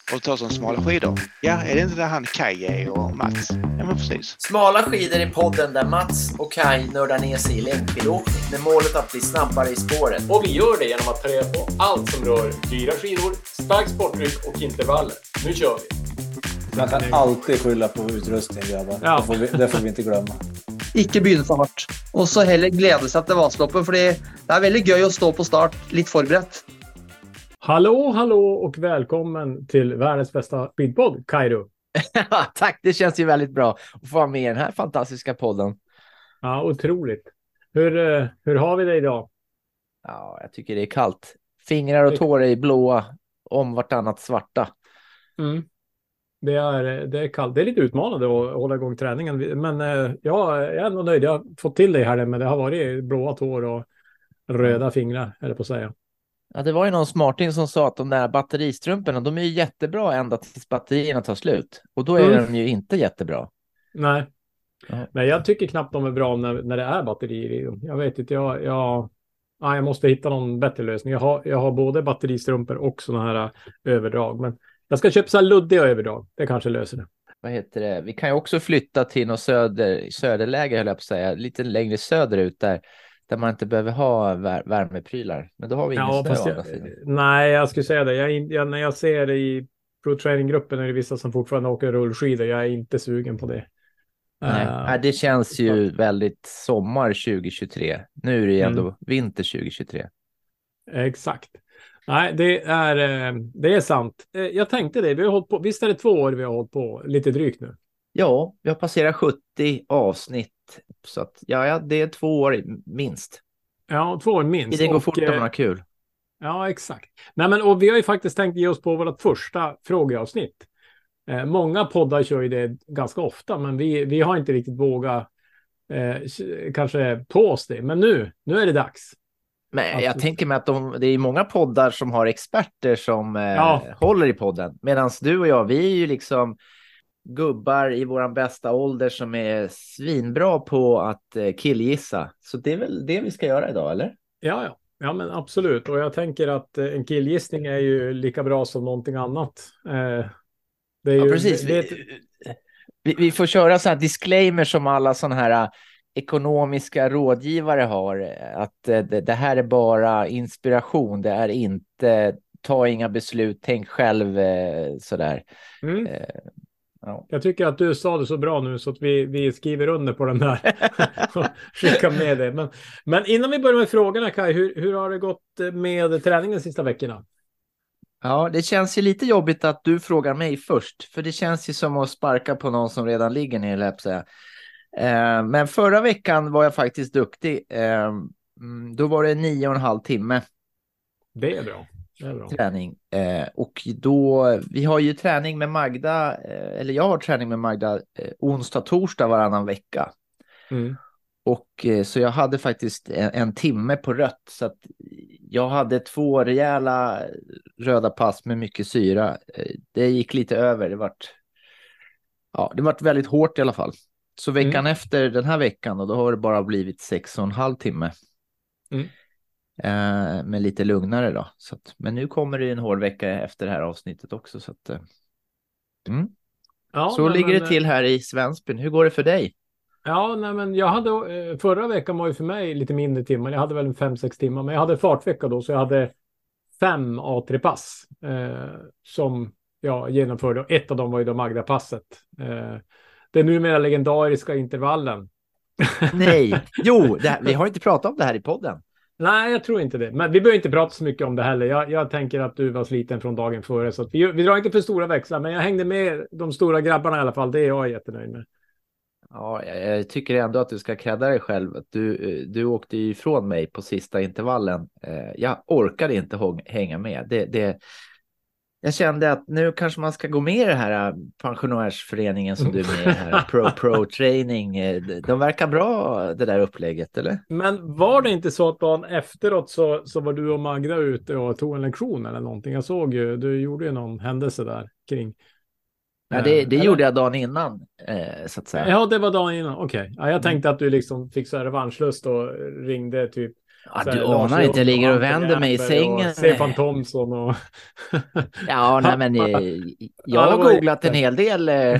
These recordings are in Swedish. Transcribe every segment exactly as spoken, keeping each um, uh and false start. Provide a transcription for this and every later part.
och ta som smala skidor. Ja, är det inte där han Kaj är och Mats? Ja, men precis. Smala skidor i podden där Mats och Kaj nördar ner sig i längdskidåkning med målet att bli snabbare i spåret. Och vi gör det genom att ta reda på allt som rör dyra skidor, stark sportdryck och intervaller. Nu kör vi! Man kan alltid skylla på utrustning, grabbar. Ja. Det, får vi, det får vi inte glömma. Ikke begynne for hardt. Og så heller glede seg til Vasaloppet, fordi det er veldig gøy å stå på start litt forberedt. Hallå, hallå och välkommen till världens bästa speedpodd, Kairo. Tack, det känns ju väldigt bra att få vara med i den här fantastiska podden. Ja, otroligt. Hur, eh, hur har vi det idag? Ja, jag tycker det är kallt. Fingrar och tår är blåa, om vartannat svarta. Mm. Det är, det är kallt. Det är lite utmanande att hålla igång träningen. Men eh, ja, jag är ändå nöjd. Jag har fått till det här, men det har varit blåa tår och röda fingrar, eller på att säga. Ja, det var ju någon smarting som sa att de där batteristrumporna, de är ju jättebra ända tills batterierna tar slut. Och då är mm. de ju inte jättebra. Nej. Ja. Nej, jag tycker knappt de är bra när, när det är batterier i dem. Jag vet inte, jag, jag, ja, jag måste hitta någon bättre lösning. Jag har, jag har både batteristrumpor och såna här överdrag. Men jag ska köpa så här luddiga överdrag. Det kanske löser det. Vad heter det? Vi kan ju också flytta till något söder, söderläge, höll jag på att säga. Lite längre söderut där. Där man inte behöver ha vär- värmeprylar. Men då har vi ingen ja, snö. Jag, nej, jag skulle säga det. Jag, jag, när jag ser det i pro-training-gruppen är det vissa som fortfarande åker rullskidor. Jag är inte sugen på det. Nej, uh, det känns ju så. Väldigt sommar tjugo tjugotre. Nu är det ju ändå mm. vinter tjugo tjugotre. Exakt. Nej, det är, det är sant. Jag tänkte det. Vi har hållit på, visst är det två år vi har hållit på, lite drygt nu. Ja, vi har passerat sjuttio avsnitt. Så att, ja, ja, det är två år minst. Ja, två år minst. Det går fort om man har kul. Ja, exakt. Nej, men, och vi har ju faktiskt tänkt ge oss på vårt första frågeavsnitt. Eh, många poddar kör ju det ganska ofta, men vi, vi har inte riktigt vågat eh, kanske på oss det. Men nu, nu är det dags. Men jag tänker mig att de, det är många poddar som har experter som eh, ja. håller i podden. Medan du och jag, vi är ju liksom gubbar i våran bästa ålder som är svinbra på att eh, killgissa. Så det är väl det vi ska göra idag, eller? Ja, ja. Ja, men absolut. Och jag tänker att eh, en killgissning är ju lika bra som någonting annat. Eh, det är ja, ju, precis. Det, vi, vi, vi får köra så här disclaimer som alla sådana här ekonomiska rådgivare har. Att eh, det, det här är bara inspiration. Det är inte ta inga beslut, tänk själv eh, sådär. Mm. Eh, Ja. Jag tycker att du sa det så bra nu så att vi, vi skriver under på den där och skickar med det. Men, men innan vi börjar med frågorna, Kaj, hur, hur har det gått med träningen de sista veckorna? Ja, det känns ju lite jobbigt att du frågar mig först. För det känns ju som att sparka på någon som redan ligger ner, läpp säga. Eh, men förra veckan var jag faktiskt duktig. Eh, då var det nio och en halv timme. Det är bra. Träning. Eh, och då, vi har ju träning med Magda, eh, eller jag har träning med Magda eh, onsdag, torsdag varannan vecka. Mm. Och eh, så jag hade faktiskt en, en timme på rött, så att jag hade två rejäla röda pass med mycket syra. Eh, det gick lite över, det vart, ja, det vart väldigt hårt i alla fall. Så veckan mm. efter den här veckan, och då har det bara blivit sex och en halv timme. Mm. Eh, men lite lugnare då. Så att, men nu kommer det en hård vecka efter det här avsnittet också. Så, att, eh, mm. ja, så nej, ligger men, det till här i Svensbyn. Hur går det för dig? Ja, nej, men jag hade förra veckan var ju för mig lite mindre timmar. Jag hade väl fem sex timmar, men jag hade fartvecka då, så jag hade fem A tre pass eh, som jag genomförde. Och ett av dem var ju då Magda-passet. Eh, det numera legendariska intervallen. Nej, jo, det här, vi har inte pratat om det här i podden. Nej, jag tror inte det. Men vi behöver inte prata så mycket om det heller. Jag, jag tänker att du var sliten från dagen före. Så att vi, vi drar inte för stora växlar. Men jag hängde med de stora grabbarna i alla fall. Det är jag jättenöjd med. Ja, jag, jag tycker ändå att du ska kredda dig själv. Att du, du åkte ifrån mig på sista intervallen. Jag orkade inte hänga med. Det, det, jag kände att nu kanske man ska gå med i det här pensionärsföreningen som du är med här. Pro, pro training. De verkar bra, det där upplägget, eller? Men var det inte så att dagen efteråt så, så var du och Magda ute och tog en lektion eller någonting? Jag såg ju, du gjorde ju någon händelse där kring. Ja, det, det gjorde jag dagen innan, eh, så att säga. Ja, det var dagen innan. Okej. Okay. Ja, jag tänkte att du liksom fick så här revanschlust och ringde typ Ja, Så du här, Lars anar inte, jag ligger och Anton vänder mig i Jernberg sängen. och Stefan Thomsson och... Ja, nej, men eh, jag Alla har var ju- googlat en hel del. eh.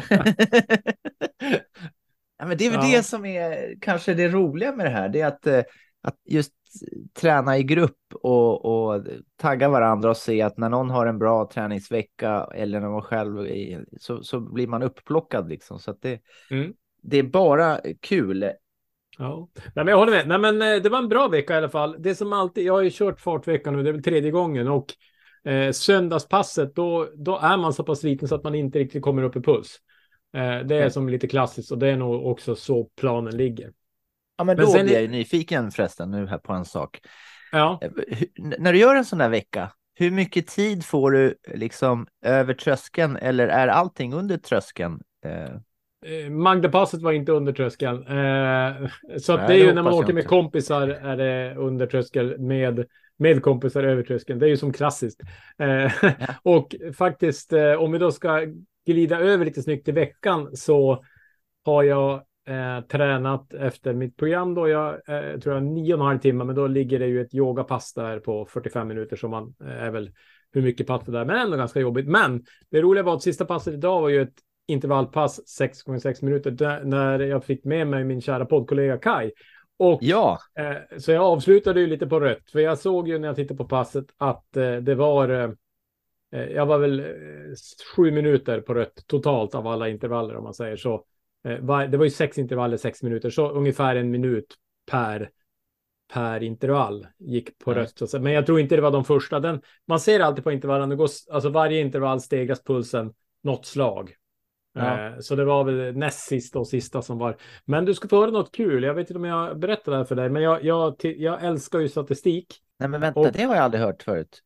Ja, men det är väl Ja. det som är kanske det roliga med det här. Det är att, eh, att just träna i grupp och, och tagga varandra och se att när någon har en bra träningsvecka eller när man själv är, så, så blir man upplockad liksom. Så att det, Mm. det är bara kul. Ja, nej, men jag håller med. Nej, men eh, det var en bra vecka i alla fall. Det som alltid, jag har ju kört fartveckan nu, det är väl tredje gången och eh, söndagspasset, då, då är man så pass sliten så att man inte riktigt kommer upp i puls. Eh, det är Nej. som lite klassiskt och det är nog också så planen ligger. Ja, men, Men då sen blir är- jag ju nyfiken förresten nu här på en sak. Ja, Eh, hur- när du gör en sån där vecka, hur mycket tid får du liksom över tröskeln eller är allting under tröskeln? Eh, eh, Magdapasset var inte under tröskeln. Eh, så att Nej, det är det ju när man hoppas jag åker med inte. kompisar är det under tröskel med, med kompisar över tröskeln. Det är ju som klassiskt. Eh, och faktiskt, eh, om vi då ska glida över lite snyggt i veckan så har jag eh, tränat efter mitt program då. Jag eh, tror jag nio och en halv timme, men då ligger det ju ett yogapass där på fyrtiofem minuter som man eh, är väl hur mycket pass det där, men ändå ganska jobbigt. Men det roliga var att sista passet idag var ju ett intervallpass sex gånger sex minuter där, när jag fick med mig min kära poddkollega Kai. Och ja, eh, så jag avslutade ju lite på rött, för jag såg ju när jag tittade på passet att eh, det var eh, jag var väl eh, sju minuter på rött totalt av alla intervaller om man säger så. Eh, var, det var ju sex intervaller, sex minuter, så ungefär en minut per per intervall gick på Mm. rött. Så att säga. Men jag tror inte det var de första. Den, man ser alltid på intervallen, det går, alltså varje intervall stegras pulsen något slag. Ja. Eh, så det var väl näst sista och sista som var. Men du ska få höra något kul. Jag vet inte om jag berättar det här för dig, men jag, jag, jag älskar ju statistik. nej men vänta, Och- det har jag aldrig hört förut.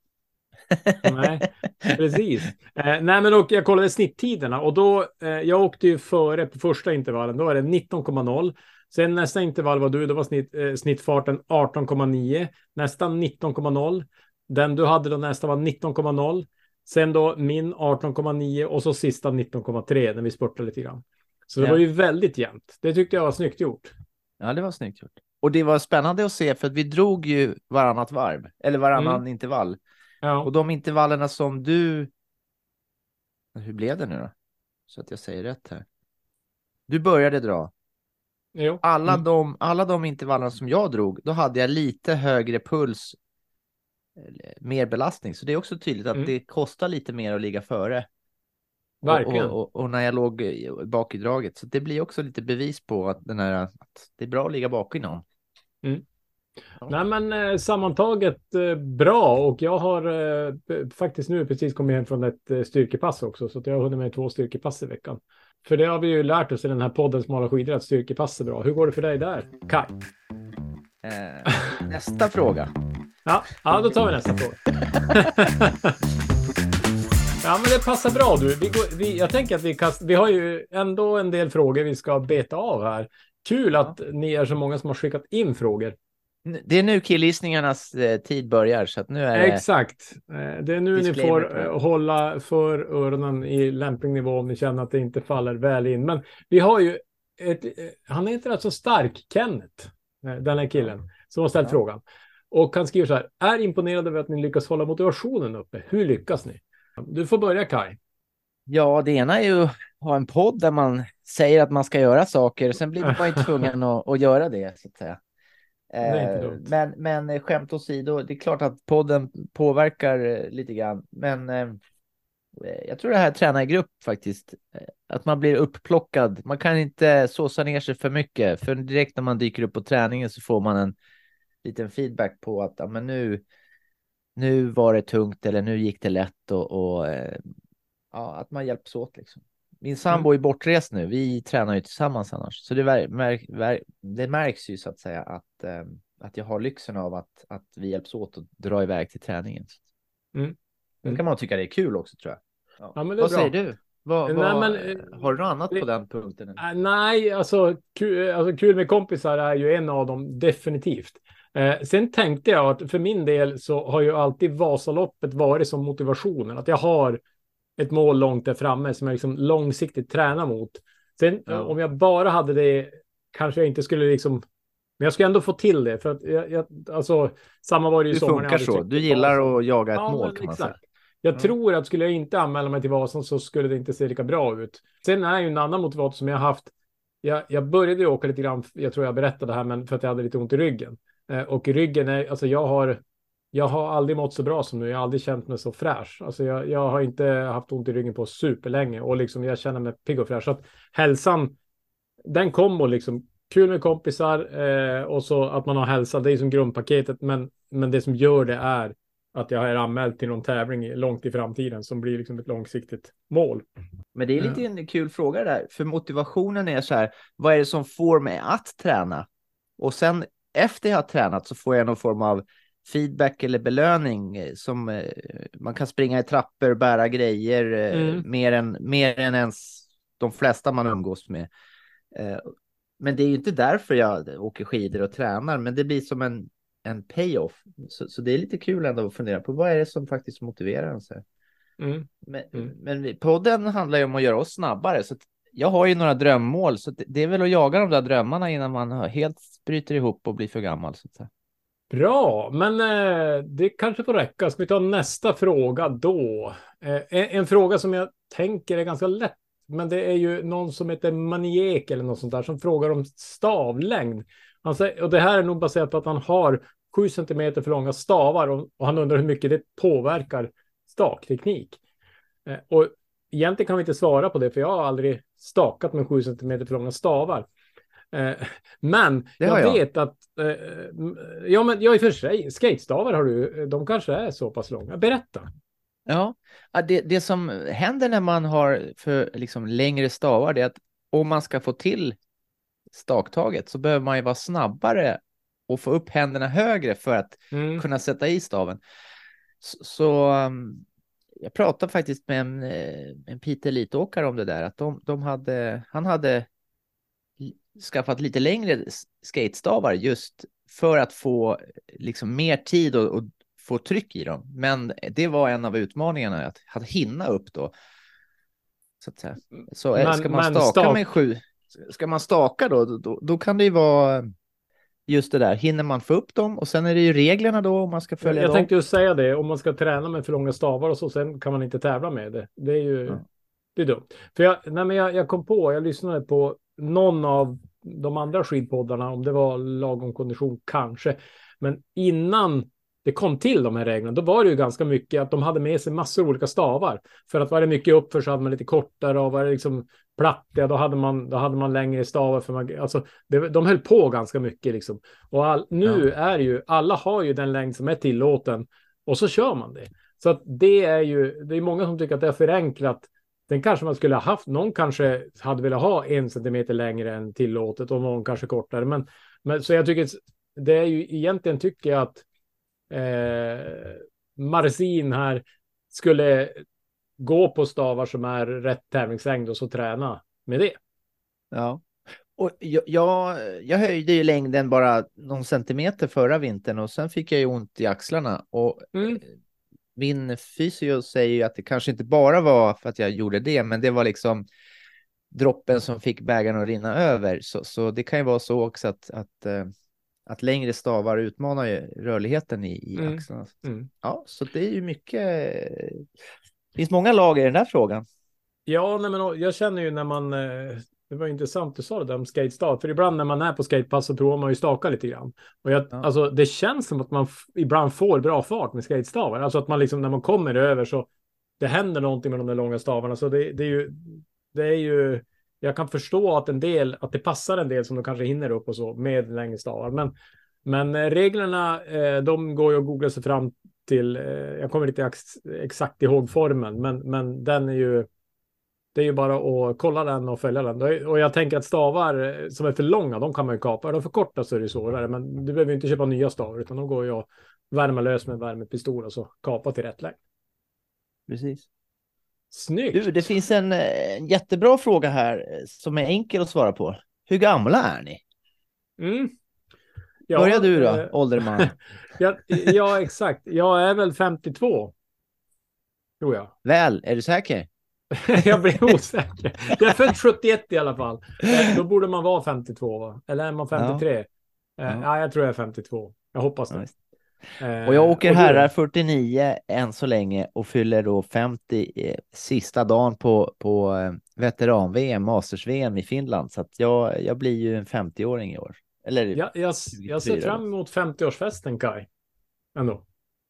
Nej, precis. Eh, nej, men och jag kollade snittiderna och då, eh, jag åkte ju före på första intervallen, då var det nitton komma noll. Sen nästa intervall var du, då var snitt, eh, snittfarten arton komma nio, nästan nitton komma noll. Den du hade då nästa var nitton komma noll. Sen då min arton komma nio och så sista nitton komma tre när vi spurtade lite grann. Så det Ja. var ju väldigt jämnt. Det tyckte jag var snyggt gjort. Ja, det var snyggt gjort. Och det var spännande att se för att vi drog ju varannat varv, eller varannan Mm. intervall. Ja, Och de intervallerna som du... Hur blev det nu då? Så att jag säger rätt här. Du började dra. jo. Alla, Mm. de, alla de intervallerna som jag drog, då hade jag lite högre puls, eller mer belastning. Så det är också tydligt att Mm. det kostar lite mer att ligga före. Verkligen. Och, och, och när jag låg bak i draget. Så det blir också lite bevis på att, den här, att det är bra att ligga bak i någon. Nej, men eh, sammantaget eh, bra, och jag har eh, b- faktiskt nu precis kommit hem från ett eh, styrkepass också, så att jag har hunnit med två styrkepass i veckan. För det har vi ju lärt oss i den här podden Smala skidor, att styrkepass är bra. Hur går det för dig där, Kai? Eh, nästa fråga. Ja, ja, då tar vi nästa fråga. Ja, men det passar bra du. Vi går, vi, jag tänker att vi, kast, vi har ju ändå en del frågor vi ska beta av här. Kul att ni är så många som har skickat in frågor. Det är nu killgissningarnas eh, tid börjar, så att nu är det... Exakt. Eh, Det är nu ni Disclaimer får på det. eh, hålla för öronen i lämplig nivå om ni känner att det inte faller väl in. Men vi har ju ett, eh, han är inte rätt så stark, Kenneth, eh, den här killen, som har ställt Ja. frågan. Och han skriver så här: är imponerad över att ni lyckas hålla motivationen uppe. Hur lyckas ni? Du får börja, Kai. Ja, det ena är ju att ha en podd där man säger att man ska göra saker och sen blir man ju tvungen att, att göra det, så att säga. är inte Eh, dumt. men, men eh, skämt åsido, det är klart att podden påverkar eh, lite grann. Men eh, jag tror det här träna i grupp faktiskt. eh, Att man blir uppplockad. Man kan inte såsa ner sig för mycket. För direkt när man dyker upp på träningen så får man en liten feedback på att ja, men nu, nu var det tungt eller nu gick det lätt. Och, och eh, ja, att man hjälps åt liksom. Min sambo är bortrest nu. Vi tränar ju tillsammans annars. Så det, mär, mär, mär, det märks ju så att säga att, eh, att jag har lyxen av att, att vi hjälps åt och dra iväg till träningen. Mm. Då kan man tycka det är kul också, tror jag. Ja. Ja, men det är Vad bra. säger du? Vad, Nej, vad, men, eh, har du något annat det- på den punkten? Äh, nej, alltså kul, alltså kul med kompisar är ju en av dem, definitivt. Eh, sen tänkte jag att för min del så har ju alltid Vasaloppet varit som motivationen. Att jag har ett mål långt där framme som jag liksom långsiktigt tränar mot. Sen Ja. om jag bara hade det, kanske jag inte skulle liksom Men jag ska ändå få till det. För att jag, jag, alltså, samma var det ju Du sommaren. funkar så. Du gillar att jaga ett ja, mål men, kan man exakt. säga. Jag Ja. tror att skulle jag inte anmäla mig till Vasan så skulle det inte se lika bra ut. Sen är ju en annan motivator som jag har haft. Jag, jag började ju åka lite grann, jag tror jag berättade det här, men för att jag hade lite ont i ryggen. Eh, och i ryggen är, alltså jag har, jag har aldrig mått så bra som nu. Jag har aldrig känt mig så fräsch. Alltså jag, jag har inte haft ont i ryggen på superlänge. Och liksom jag känner mig pigg och fräsch. Så att hälsan, den kom och liksom kul med kompisar. Eh, och så att man har hälsa, det är som grundpaketet. Men, men det som gör det är att jag har anmält till någon tävling långt i framtiden som blir liksom ett långsiktigt mål. Men det är lite en kul fråga där. För motivationen är så här, vad är det som får mig att träna? Och sen efter jag har tränat så får jag någon form av feedback eller belöning som eh, man kan springa i trappor, bära grejer eh, Mm. mer, än, mer än ens de flesta man umgås med. Eh, men det är ju inte därför jag åker skidor och tränar, men det blir som en, en payoff. Så, så det är lite kul ändå att fundera på vad är det som faktiskt motiverar en. Så här. Mm. Men, Mm. men podden handlar ju om att göra oss snabbare. Så att jag har ju några drömmål. Så det, det är väl att jaga de där drömmarna innan man helt bryter ihop och blir för gammal. Så att säga. Bra, men eh, det kanske får räcka. Ska vi ta nästa fråga då? Eh, en, en fråga som jag tänker är ganska lätt. Men det är ju någon som heter Maniek eller något sånt där som frågar om stavlängd. Han säger, och det här är nog baserat på att han har sju centimeter för långa stavar. Och, och han undrar hur mycket det påverkar stakteknik. Eh, och egentligen kan vi inte svara på det, för jag har aldrig stakat med sju centimeter för långa stavar. Eh, men Det jag, har jag. vet att eh, ja, men jag i och för sig, skatestavar har du, de kanske är så pass långa. Berätta. Ja, ja, det, det som händer när man har för liksom längre stavar det är att om man ska få till staktaget så behöver man ju vara snabbare och få upp händerna högre för att Mm. kunna sätta i staven. Så, så um, jag pratade faktiskt med en, eh, en Peter Elitåkare om det där, att de, de hade, han hade skaffat lite längre s- skatestavar just för att få liksom mer tid och, och få tryck i dem. Men det var en av utmaningarna, att, att hinna upp då. Så, att säga. Så eh, Men- ska man men staka stak- med sju, ska man staka då, då, då kan det ju vara just det där, hinner man få upp dem och sen är det ju reglerna då om man ska följa Jag dem. tänkte ju säga det, om man ska träna med för långa stavar och så, sen kan man inte tävla med det. Det är ju Ja. det är dumt. För jag, nej men jag, jag kom på, jag lyssnade på någon av de andra skidpoddarna, om det var lagom kondition kanske. Men innan det kom till de här reglerna, då var det ju ganska mycket att de hade med sig massor av olika stavar. För att var det mycket uppför så hade man lite kortare, och var det liksom platt, ja, då hade man, då hade man längre stavar. För man, alltså, det, de höll på ganska mycket liksom. Och all, nu är ju, alla har ju den längd som är tillåten, och så kör man det. Så att det är ju, det är många som tycker att det är förenklat. Den kanske man skulle ha haft, någon kanske hade velat ha en centimeter längre än tillåtet och någon kanske kortare. Men, men så jag tycker det är ju egentligen tycker jag att eh, Marcin här skulle gå på stavar som är rätt tävlingslängd och så träna med det. Ja. Och jag, jag, jag höjde ju längden bara någon centimeter förra vintern och sen fick jag ju ont i axlarna. Och Mm. min fysio säger ju att det kanske inte bara var för att jag gjorde det, men det var liksom droppen som fick bägaren att rinna över. Så, så det kan ju vara så också att, att, att längre stavar utmanar ju rörligheten i, i Mm. axlarna. Mm. Ja, så det är ju mycket... Det finns många lager i den här frågan. Ja, nej, men jag känner ju när man... eh, Det var intressant du sa det där om skatestav. För ibland när man är på skatepass så provar man ju staka lite grann. Och jag, Ja. alltså, det känns som att man f- ibland får bra fart med skatestavar. Alltså att man liksom när man kommer över så det händer någonting med de där långa stavarna. Så det, det är ju... Det är ju... Jag kan förstå att en del, att det passar en del som de kanske hinner upp och så med längre stavar. Men, men eh, reglerna, eh, de går ju att googla sig fram till... Eh, jag kommer inte ex, exakt ihåg formen, men, men den är ju... Det är ju bara att kolla den och följa den. Och jag tänker att stavar som är för långa, de kan man ju kapa. Är de för korta så är det svårare. Men du behöver inte köpa nya stavar, utan de går ju att värma lös med värmepistol och så kapa till rätt längd. Precis. Snyggt! Du, det finns en, en jättebra fråga här som är enkel att svara på. Hur gamla är ni? Mm. Ja, Börja du då, eh, ålderman. ja, ja, exakt. Jag är väl femtiotvå. Tror jag. Väl, är du säker? Jag blir osäker. Jag är född sjuttioett i alla fall. Eh, Då borde man vara femtiotvå, va? Eller är man femtiotre? Eh, ja, jag tror jag är femtiotvå. Jag hoppas det. Ja, eh, och jag åker och herrar du... fyrtionio än så länge och fyller då femtio eh, sista dagen på, på eh, veteran-V M, Masters-V M i Finland. Så att jag, jag blir ju en femtio-åring i år. Eller jag, jag, jag ser fram emot femtioårsfesten, Kai. Ändå.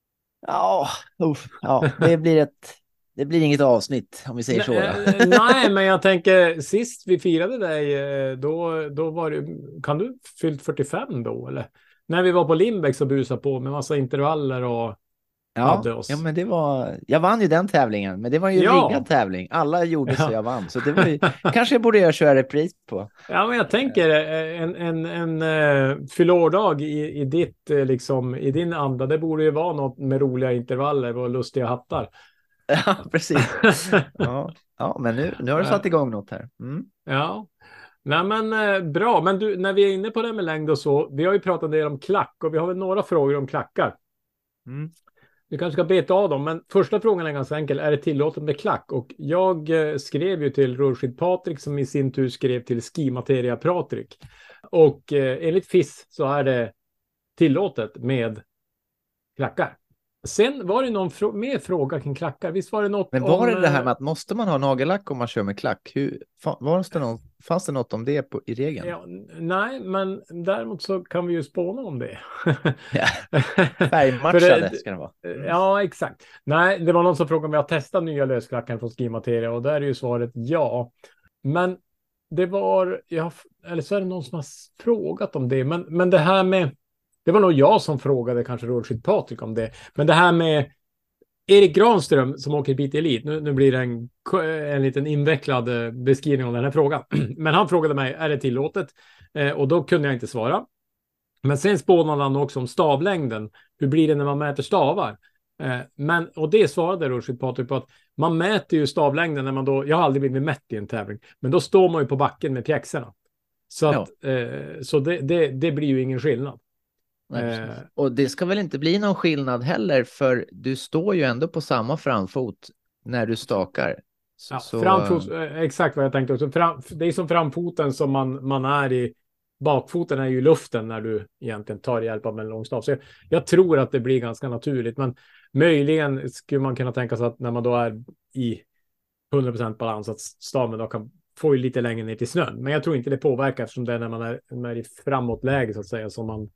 Ja, uff, ja, det blir ett det blir inget avsnitt om vi säger så. Nej, nej, men jag tänker sist vi firade dig då, då var det, kan du fyllt fyrtiofem då eller? När vi var på Limbeck och busade på med massa intervaller och ja, hade oss. Ja, men det var jag vann ju den tävlingen, men det var ju en ja. riggad tävling. Alla gjorde ja. så jag vann. Så det var ju kanske jag borde jag köra repris på. Ja, men jag tänker en en en uh, fyllårdag i i ditt uh, liksom i din anda. Det borde ju vara något med roliga intervaller och lustiga hattar. Ja, precis. Ja, ja men nu, nu har du satt igång något här. Mm. Ja, nej men eh, bra. Men du, när vi är inne på det med längd och så, vi har ju pratat en del om klack och vi har väl några frågor om klackar. Mm. Vi kanske ska beta av dem, men första frågan är ganska enkel. Är det tillåtet med klack? Och jag eh, skrev ju till Rullskid Patrik som i sin tur skrev till Skimateria Patrik. Och eh, enligt F I S så är det tillåtet med klackar. Sen var det någon frå- mer fråga kring klackar. Visst var det något Men var om, det det här med att måste man ha nagellack om man kör med klack? Hur, fanns, det någon, fanns det något om det på, i regeln? Ja, nej, men däremot så kan vi ju spåna om det. Ja. Färgmatchade det, ska det vara. Mm. Ja, exakt. Nej, det var någon som frågade om jag testat nya lösklackar från Skimateria och där är ju svaret ja. Men det var, ja, eller så är det någon som har frågat om det. Men, men det här med, det var nog jag som frågade kanske Rullskid Patrik om det. Men det här med Erik Granström som åker P T Elite, nu, nu blir det en, en liten invecklad beskrivning av den här frågan. Men han frågade mig, är det tillåtet? Eh, och då kunde jag inte svara. Men sen spånade han också om stavlängden. Hur blir det när man mäter stavar? Eh, men, och det svarade Rullskid Patrik på att man mäter ju stavlängden när man då, jag har aldrig blivit mätt i en tävling, men då står man ju på backen med pjäxorna. Så, att, ja. eh, så det, det, det blir ju ingen skillnad. Nej, eh, och det ska väl inte bli någon skillnad heller, för du står ju ändå på samma framfot när du stakar. Så, ja, så... framfot, exakt vad jag tänkte också. Fram, det är som framfoten som man, man är i, bakfoten är ju i luften när du egentligen tar hjälp av en långstav. Så jag, jag tror att det blir ganska naturligt, men möjligen skulle man kunna tänka sig att när man då är i hundra procent balans att staven då kan få lite längre ner till snön. Men jag tror inte det påverkar eftersom det är när man är, när man är i framåtläge så att säga som man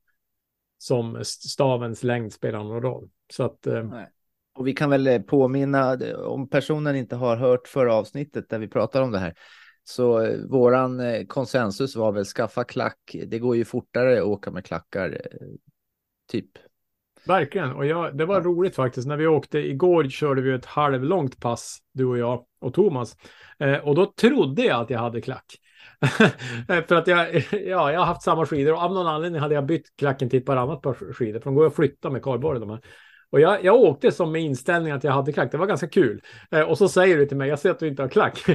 som stavens längd spelar någon roll. Så att, eh... och vi kan väl påminna, om personen inte har hört förra avsnittet där vi pratar om det här, så eh, våran eh, konsensus var väl skaffa klack. Det går ju fortare att åka med klackar, eh, typ. Verkligen, och jag, det var ja. roligt faktiskt. När vi åkte igår körde vi ett halvlångt pass, du och jag och Thomas. Eh, och då trodde jag att jag hade klack. För att jag, ja, jag har haft samma skidor och av någon anledning hade jag bytt klacken till ett par annat par skidor. För de går att flytta med kardborre de här. Och jag, jag åkte som med inställning att jag hade klack. Det var ganska kul. Eh, och så säger du till mig, jag ser att du inte har klack.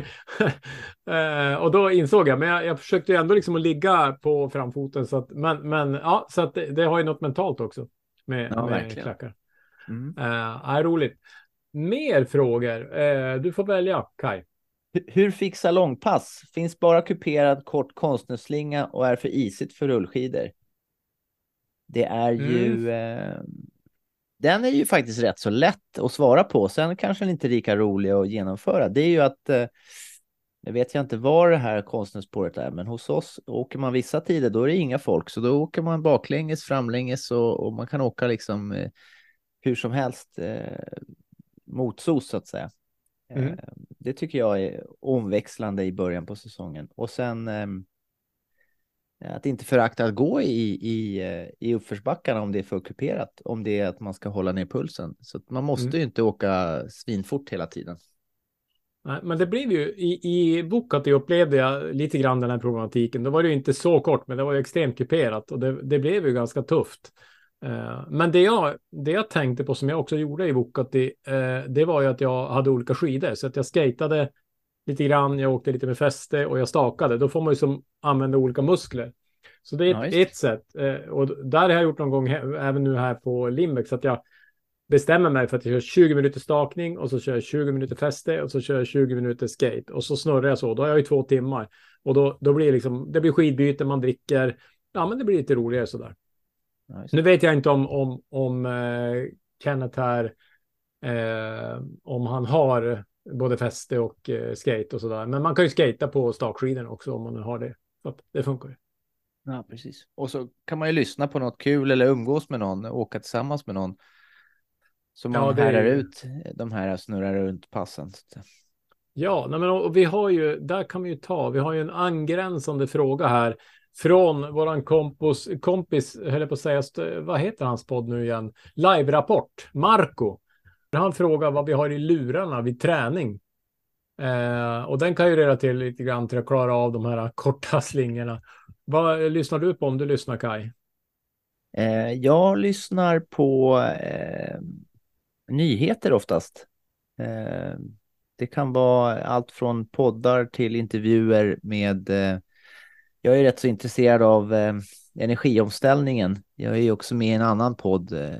eh, och då insåg jag, men jag, jag försökte ju ändå liksom att ligga på framfoten. Så att, men, men ja, så att det, det har ju något mentalt också med, ja, med klackar. Mm. Eh, är roligt. Mer frågor. Eh, du får välja, Kai. Hur fixa långpass? Finns bara kuperad kort konstnärsslinga och är för isigt för rullskidor. Det är mm. ju... Eh, den är ju faktiskt rätt så lätt att svara på. Sen kanske den inte är lika rolig att genomföra. Det är ju att... Eh, jag vet jag inte var det här konstnärsspåret är, men hos oss åker man vissa tider, då är det inga folk. Så då åker man baklänges, framlänges och, och man kan åka liksom eh, hur som helst eh, motsos så att säga. Mm. Det tycker jag är omväxlande i början på säsongen. Och sen eh, att inte förakta att gå i, i, i uppförsbackarna om det är för kuperat. Om det är att man ska hålla ner pulsen. Så att man måste mm. ju inte åka svinfort hela tiden. Nej, men det blev ju i, i Vuokatti upplevde jag lite grann den här problematiken. Då var det ju inte så kort, men det var ju extremt kuperat. Och det, det blev ju ganska tufft. Uh, men det jag, det jag tänkte på som jag också gjorde i Vuokatti, uh, det var ju att jag hade olika skidor. Så att jag skatade lite grann, jag åkte lite med fäste och jag stakade. Då får man ju som använda olika muskler. Så det är ett, ja, ett sätt. Uh, och där har jag gjort någon gång, även nu här på Limbeck, så att jag bestämmer mig för att jag kör tjugo minuter stakning och så kör jag tjugo minuter fäste och så kör jag tjugo minuter skate. Och så snurrar jag så, då har jag ju två timmar. Och då, då blir det liksom, det blir skidbyte, man dricker. ja, men det blir lite roligare sådär. Ja, Nu vet jag inte om, om, om eh, Kenneth här, eh, om han har både fäste och eh, skate och sådär. Men man kan ju skata på stakskidorna också om man nu har det. Så att det funkar ju. Ja, precis. Och så kan man ju lyssna på något kul eller umgås med någon, åka tillsammans med någon. Så man Ja, det härrar är- ut de här snurrar runt passen. Ja, nej men, och vi har ju, där kan vi ju ta, vi har ju en angränsande fråga här från våran kompos, kompis, höll jag på att säga, st- vad heter hans podd nu igen? Live-rapport, Marco. Han frågar vad vi har i lurarna vid träning. Eh, och den kan ju reda till lite grann till att klara av de här korta slingorna. Vad lyssnar du på om du lyssnar, Kai? Eh, jag lyssnar på eh, nyheter oftast. Eh, det kan vara allt från poddar till intervjuer med... Eh, jag är rätt så intresserad av eh, energiomställningen. Jag är ju också med i en annan podd eh,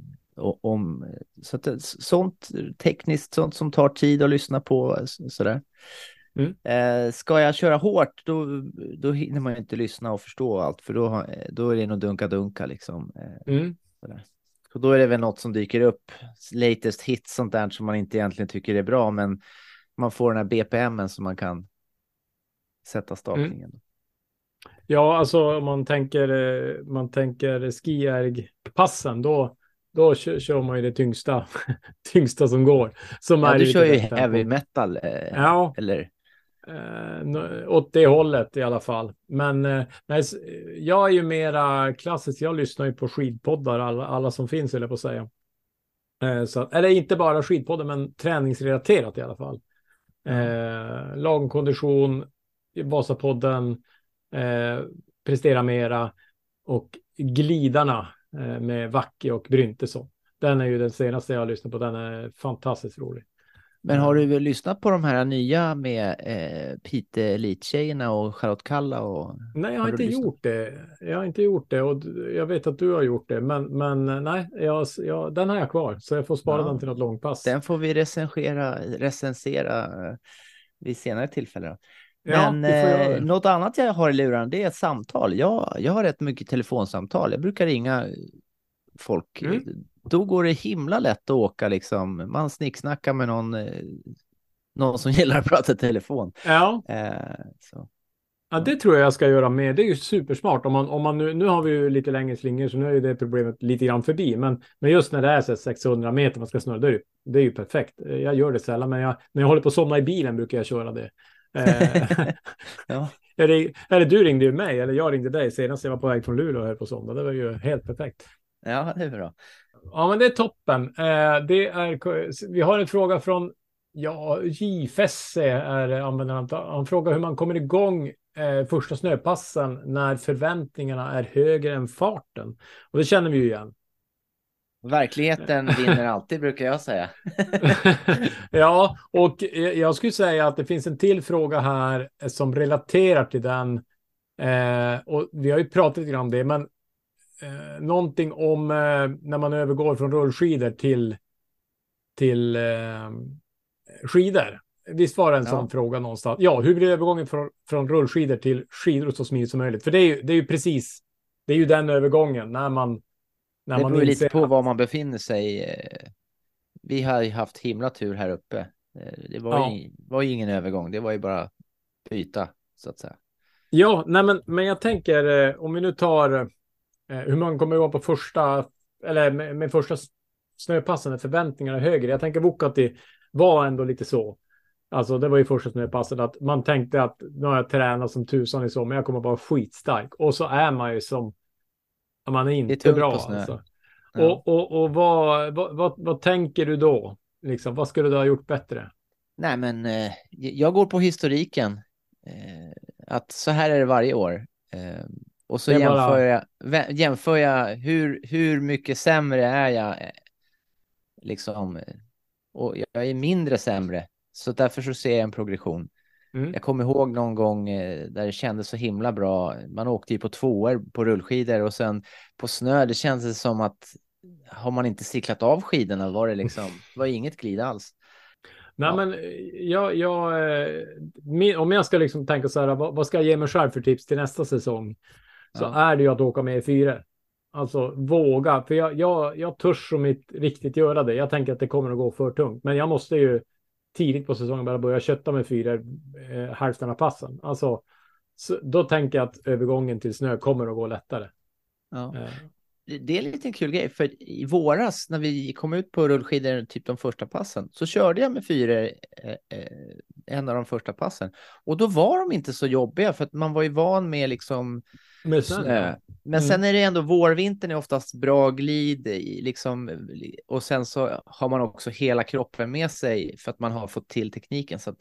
om så att, sånt tekniskt, sånt som tar tid att lyssna på. Så, sådär. Mm. Eh, ska jag köra hårt, då, då hinner man ju inte lyssna och förstå allt, för då, har- då är det nog dunka-dunka liksom. Eh, Mm. sådär. Så då är det väl något som dyker upp, latest hits, sånt där som man inte egentligen tycker är bra, men man får den här B P M:en som man kan sätta stakningen. Ja, alltså om man tänker, eh, man tänker skierg-passen, då, då kör, kör man ju det tyngsta, tyngsta som går. Som Ja, är du lite kör ju rätt tempo. heavy metal, eh, Ja. eller? Eh, nå- åt det hållet i alla fall. Men eh, nej, s- jag är ju mera klassisk. Jag lyssnar ju på skidpoddar, alla, alla som finns, eller på att säga. Eh, så, att- eller inte bara skidpoddar, men träningsrelaterat i alla fall. Eh, lagkondition, Vasapodden, eh, Prestera Mera och Glidarna eh, med Vacke och Bryntesson. Den är ju den senaste jag har lyssnat på. Den är fantastiskt rolig. Men har du väl lyssnat på de här nya med eh, Pite Elite-tjejerna och Charlotte Kalla? Och... Nej, jag har, Har du inte lyssnat? gjort det. Jag har inte gjort det och d- jag vet att du har gjort det. Men, men eh, nej, jag, jag, den har jag kvar. Så jag får spara Ja. den till något långpass. Den får vi recensera, recensera eh, vid senare tillfälle. Då. Ja, Men vi får göra eh, det. något annat jag har i luren, det är ett samtal. Jag, jag har rätt mycket telefonsamtal. Jag brukar ringa folk. Mm. Då går det himla lätt att åka liksom. Man snicksnackar med någon, eh, någon som gillar att prata telefon. Ja. Eh, så. Ja, det tror jag jag ska göra med. Det är ju supersmart. Om man, om man nu, nu har vi ju lite längre slingor, så nu är ju det problemet lite grann förbi. Men, men just när det är så sexhundra meter man ska snurra, det är, ju, det är ju perfekt. Jag gör det sällan, men jag, när jag håller på att somna i bilen brukar jag köra det. Eh, Ja. eller, eller du ringde ju mig, eller jag ringde dig senast jag var på väg från Luleå och höll på att somna. Det var ju helt perfekt. Ja, det är bra. Ja, men det är toppen. Eh, det är, vi har en fråga från ja, J Fesse är användaren. Han frågar hur man kommer igång eh, första snöpassen när förväntningarna är högre än farten. Och det känner vi ju igen. Verkligheten vinner alltid, brukar jag säga. Ja, och jag skulle säga att det finns en till fråga här som relaterar till den. Eh, och vi har ju pratat lite grann om det, men eh, någonting om eh, när man övergår från rullskidor till, till eh, skidor. Visst var det en Ja. sån fråga någonstans? Ja, hur blir övergången från, från rullskidor till skidor så smidigt som möjligt? För det är ju, det är ju precis, det är ju den övergången när man när Det man beror ju inser lite på att- var man befinner sig. Vi har ju haft himla tur här uppe. Det var, Ja. ju, var ju ingen övergång. Det var ju bara byta, så att säga. Ja, nej men, men jag tänker eh, om vi nu tar eh, hur man kommer igång på första eller med, med första s- snöpassen när förväntningarna är högre. Jag tänker Vuokatti var ändå lite så. Alltså det var ju första snöpasset att man tänkte att nu har jag tränat som tusan i så, men jag kommer vara skitstark. Och så är man ju som man är inte tungt bra. på snö. Alltså. Ja. Och, och, och vad, vad, vad, vad tänker du då? Liksom, vad skulle du ha gjort bättre? Nej, men eh, jag går på historiken. Eh, att så här är det varje år. Eh, och så Det är jämför, bara- jag, vä- jämför jag hur, hur mycket sämre är jag. Eh, liksom. eh, Och jag är mindre sämre. Så därför så ser jag en progression. Mm. Jag kommer ihåg någon gång eh, där det kändes så himla bra. Man åkte ju på tvåor på rullskidor och sen på snö. Det kändes som att har man inte cyklat av skidorna var det liksom var inget glid alls. Nej, Ja. men eh, jag, jag, eh, min- om jag ska liksom tänka så här, vad, vad ska jag ge mig själv för tips till nästa säsong? så Ja. är det ju att åka med i fyra. Alltså våga, för jag, jag, jag törs som inte riktigt göra det. Jag tänker att det kommer att gå för tungt, men jag måste ju tidigt på säsongen bara börja kötta med fyra eh, hälften av passen. Alltså, så, då tänker jag att övergången till snö kommer att gå lättare. Ja. Eh, Det är lite en kul grej, för i våras när vi kom ut på rullskidor typ de första passen så körde jag med fyra eh, eh, en av de första passen och då var de inte så jobbiga för att man var ju van med liksom med snö. snö. Men Mm. sen är det ändå vårvintern är oftast bra glid i, liksom, och sen så har man också hela kroppen med sig för att man har fått till tekniken, så att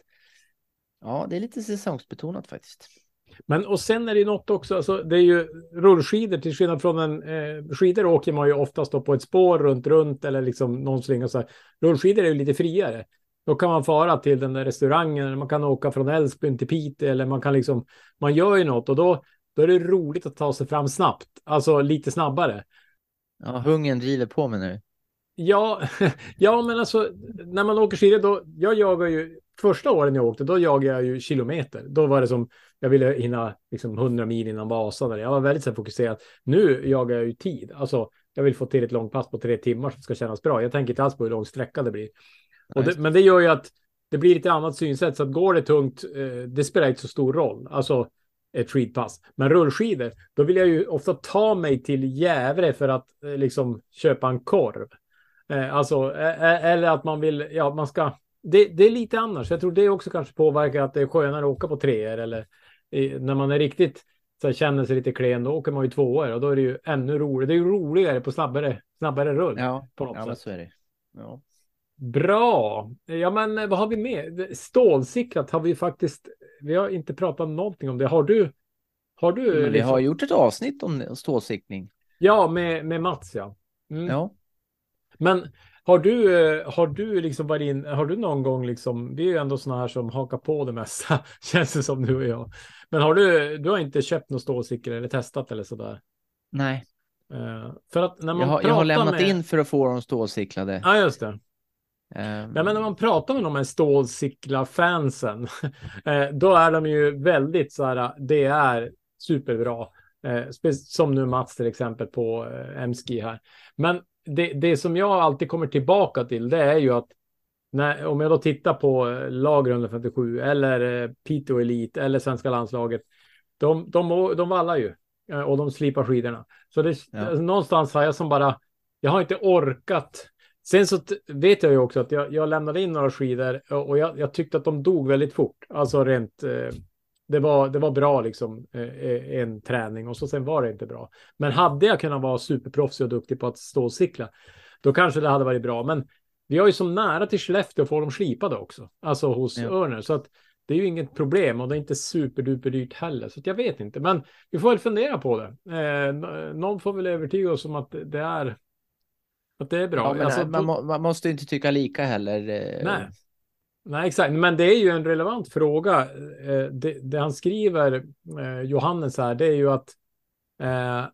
ja, det är lite säsongsbetonat faktiskt. Men och sen är det något också, alltså, det är ju rullskidor till skillnad från en eh, skidor åker man ju oftast då på ett spår runt runt eller liksom någon slinga så här. Rullskidor är ju lite friare. Då kan man fara till den där restaurangen, eller man kan åka från Älvsbyn till Piteå, eller man kan liksom, man gör ju något och då, då är det roligt att ta sig fram snabbt, alltså lite snabbare. Ja, hungern driver på mig nu. Ja, ja, men alltså när man åker skidor då, jag jagar ju, första åren jag åkte, då jagade jag ju kilometer. Då var det som, jag ville hinna liksom hundra mil innan Vasa. Där. Jag var väldigt så fokuserad. Nu jagar jag ju tid. Alltså, jag vill få till ett långt pass på tre timmar som ska kännas bra. Jag tänker inte alls på hur lång sträcka det blir. Och det, men det gör ju att det blir lite annat synsätt. Så att går det tungt, eh, det spelar inte så stor roll. Alltså ett skidpass. Men rullskidor, då vill jag ju ofta ta mig till Gävle för att eh, liksom köpa en korv. Eh, alltså, eh, eller att man vill, ja, man ska, det, det är lite annars. Jag tror det också kanske påverkar att det är skönare att åka på treor eller eh, när man är riktigt så här, känner sig lite klen, då åker man ju tvåor och då är det ju ännu roligare. Det är ju roligare på snabbare, snabbare rull. Ja, på något ja men sätt. så är det. Ja. Bra. Ja, men vad har vi med? Stålcyklat har vi faktiskt, vi har inte pratat någonting om det. Har du? Har du Men vi liksom... har gjort ett avsnitt om stålcykling. Ja, med, med Mats, ja. Mm. Ja. Men har du, har du liksom varit in, har du någon gång liksom, vi är ju ändå såna här som hakar på det mesta, känns det som du och jag. Men har du, du har inte köpt någon stålcykel eller testat eller sådär? Nej, Uh, för att när man jag har, pratar jag har lämnat med... in för att få dem stålcyklade. Ja, just det. Um, Ja, men när man pratar med de här stålcykla-fansen, eh, då är de ju väldigt så här, det är superbra. Eh, som nu Mats till exempel på eh, M-ski här. Men det, det som jag alltid kommer tillbaka till, det är ju att när, om jag då tittar på eh, lag etthundrafemtiosju eller eh, Piteå Elite eller svenska landslaget, de, de, de vallar ju eh, och de slipar skidorna. Så det, Ja. alltså, någonstans har jag som bara, jag har inte orkat. Sen så t- vet jag ju också att jag, jag lämnade in några skidor och, och jag, jag tyckte att de dog väldigt fort. Alltså rent, eh, det, var, det var bra liksom eh, en träning och så sen var det inte bra. Men hade jag kunnat vara superproffsig och duktig på att stålcykla, då kanske det hade varit bra. Men vi har ju som nära till Skellefteå att få dem slipade också. Alltså hos Ja. Örner. Så att det är ju inget problem och det är inte superduper dyrt heller. Så att jag vet inte. Men vi får väl fundera på det. Eh, någon får väl övertyga oss om att det är att det är bra. Ja, men alltså, man, må, man måste inte tycka lika heller. eh, Nej. Nej, exakt. Men det är ju en relevant fråga. Eh, det, det han skriver, eh, Johannes här, det är ju att eh,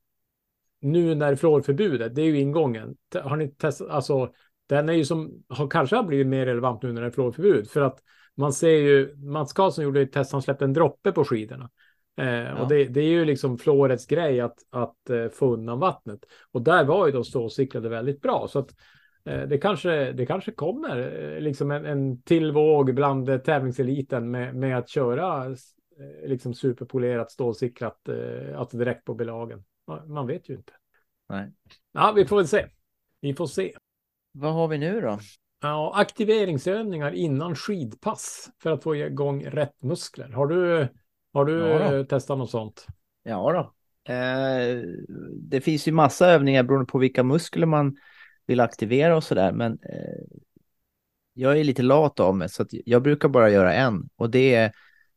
nu när fluorförbudet, det är ju ingången. T- Har ni testat, alltså den är ju som, har kanske har blivit mer relevant nu när det är fluorförbud. För att man ser ju, Mats Karlsson gjorde ett test, han släppte en droppe på skidorna. Eh, Ja. Och det, det är ju liksom fluorets grej att, att eh, få undan vattnet. Och där var ju de stålcyklade väldigt bra. Så att eh, det, kanske, det kanske kommer eh, liksom en, en till våg bland eh, tävlingseliten med, med att köra eh, liksom superpolerat stålcyklat eh, att direkt på belagen. Man, man vet ju inte. Nej. Ja, vi får väl se. Vi får se. Vad har vi nu då? Ja, aktiveringsövningar innan skidpass för att få igång rätt muskler. Har du, har du Ja då. eh, testat något sånt? Ja då. Eh, det finns ju massa övningar beroende på vilka muskler man vill aktivera och sådär. Men eh, jag är lite lat av mig så att jag brukar bara göra en. Och det är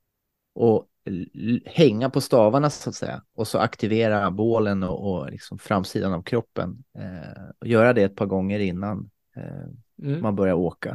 att l- hänga på stavarna så att säga. Och så aktivera bålen och, och liksom framsidan av kroppen. Eh, och göra det ett par gånger innan eh, Mm. man börjar åka.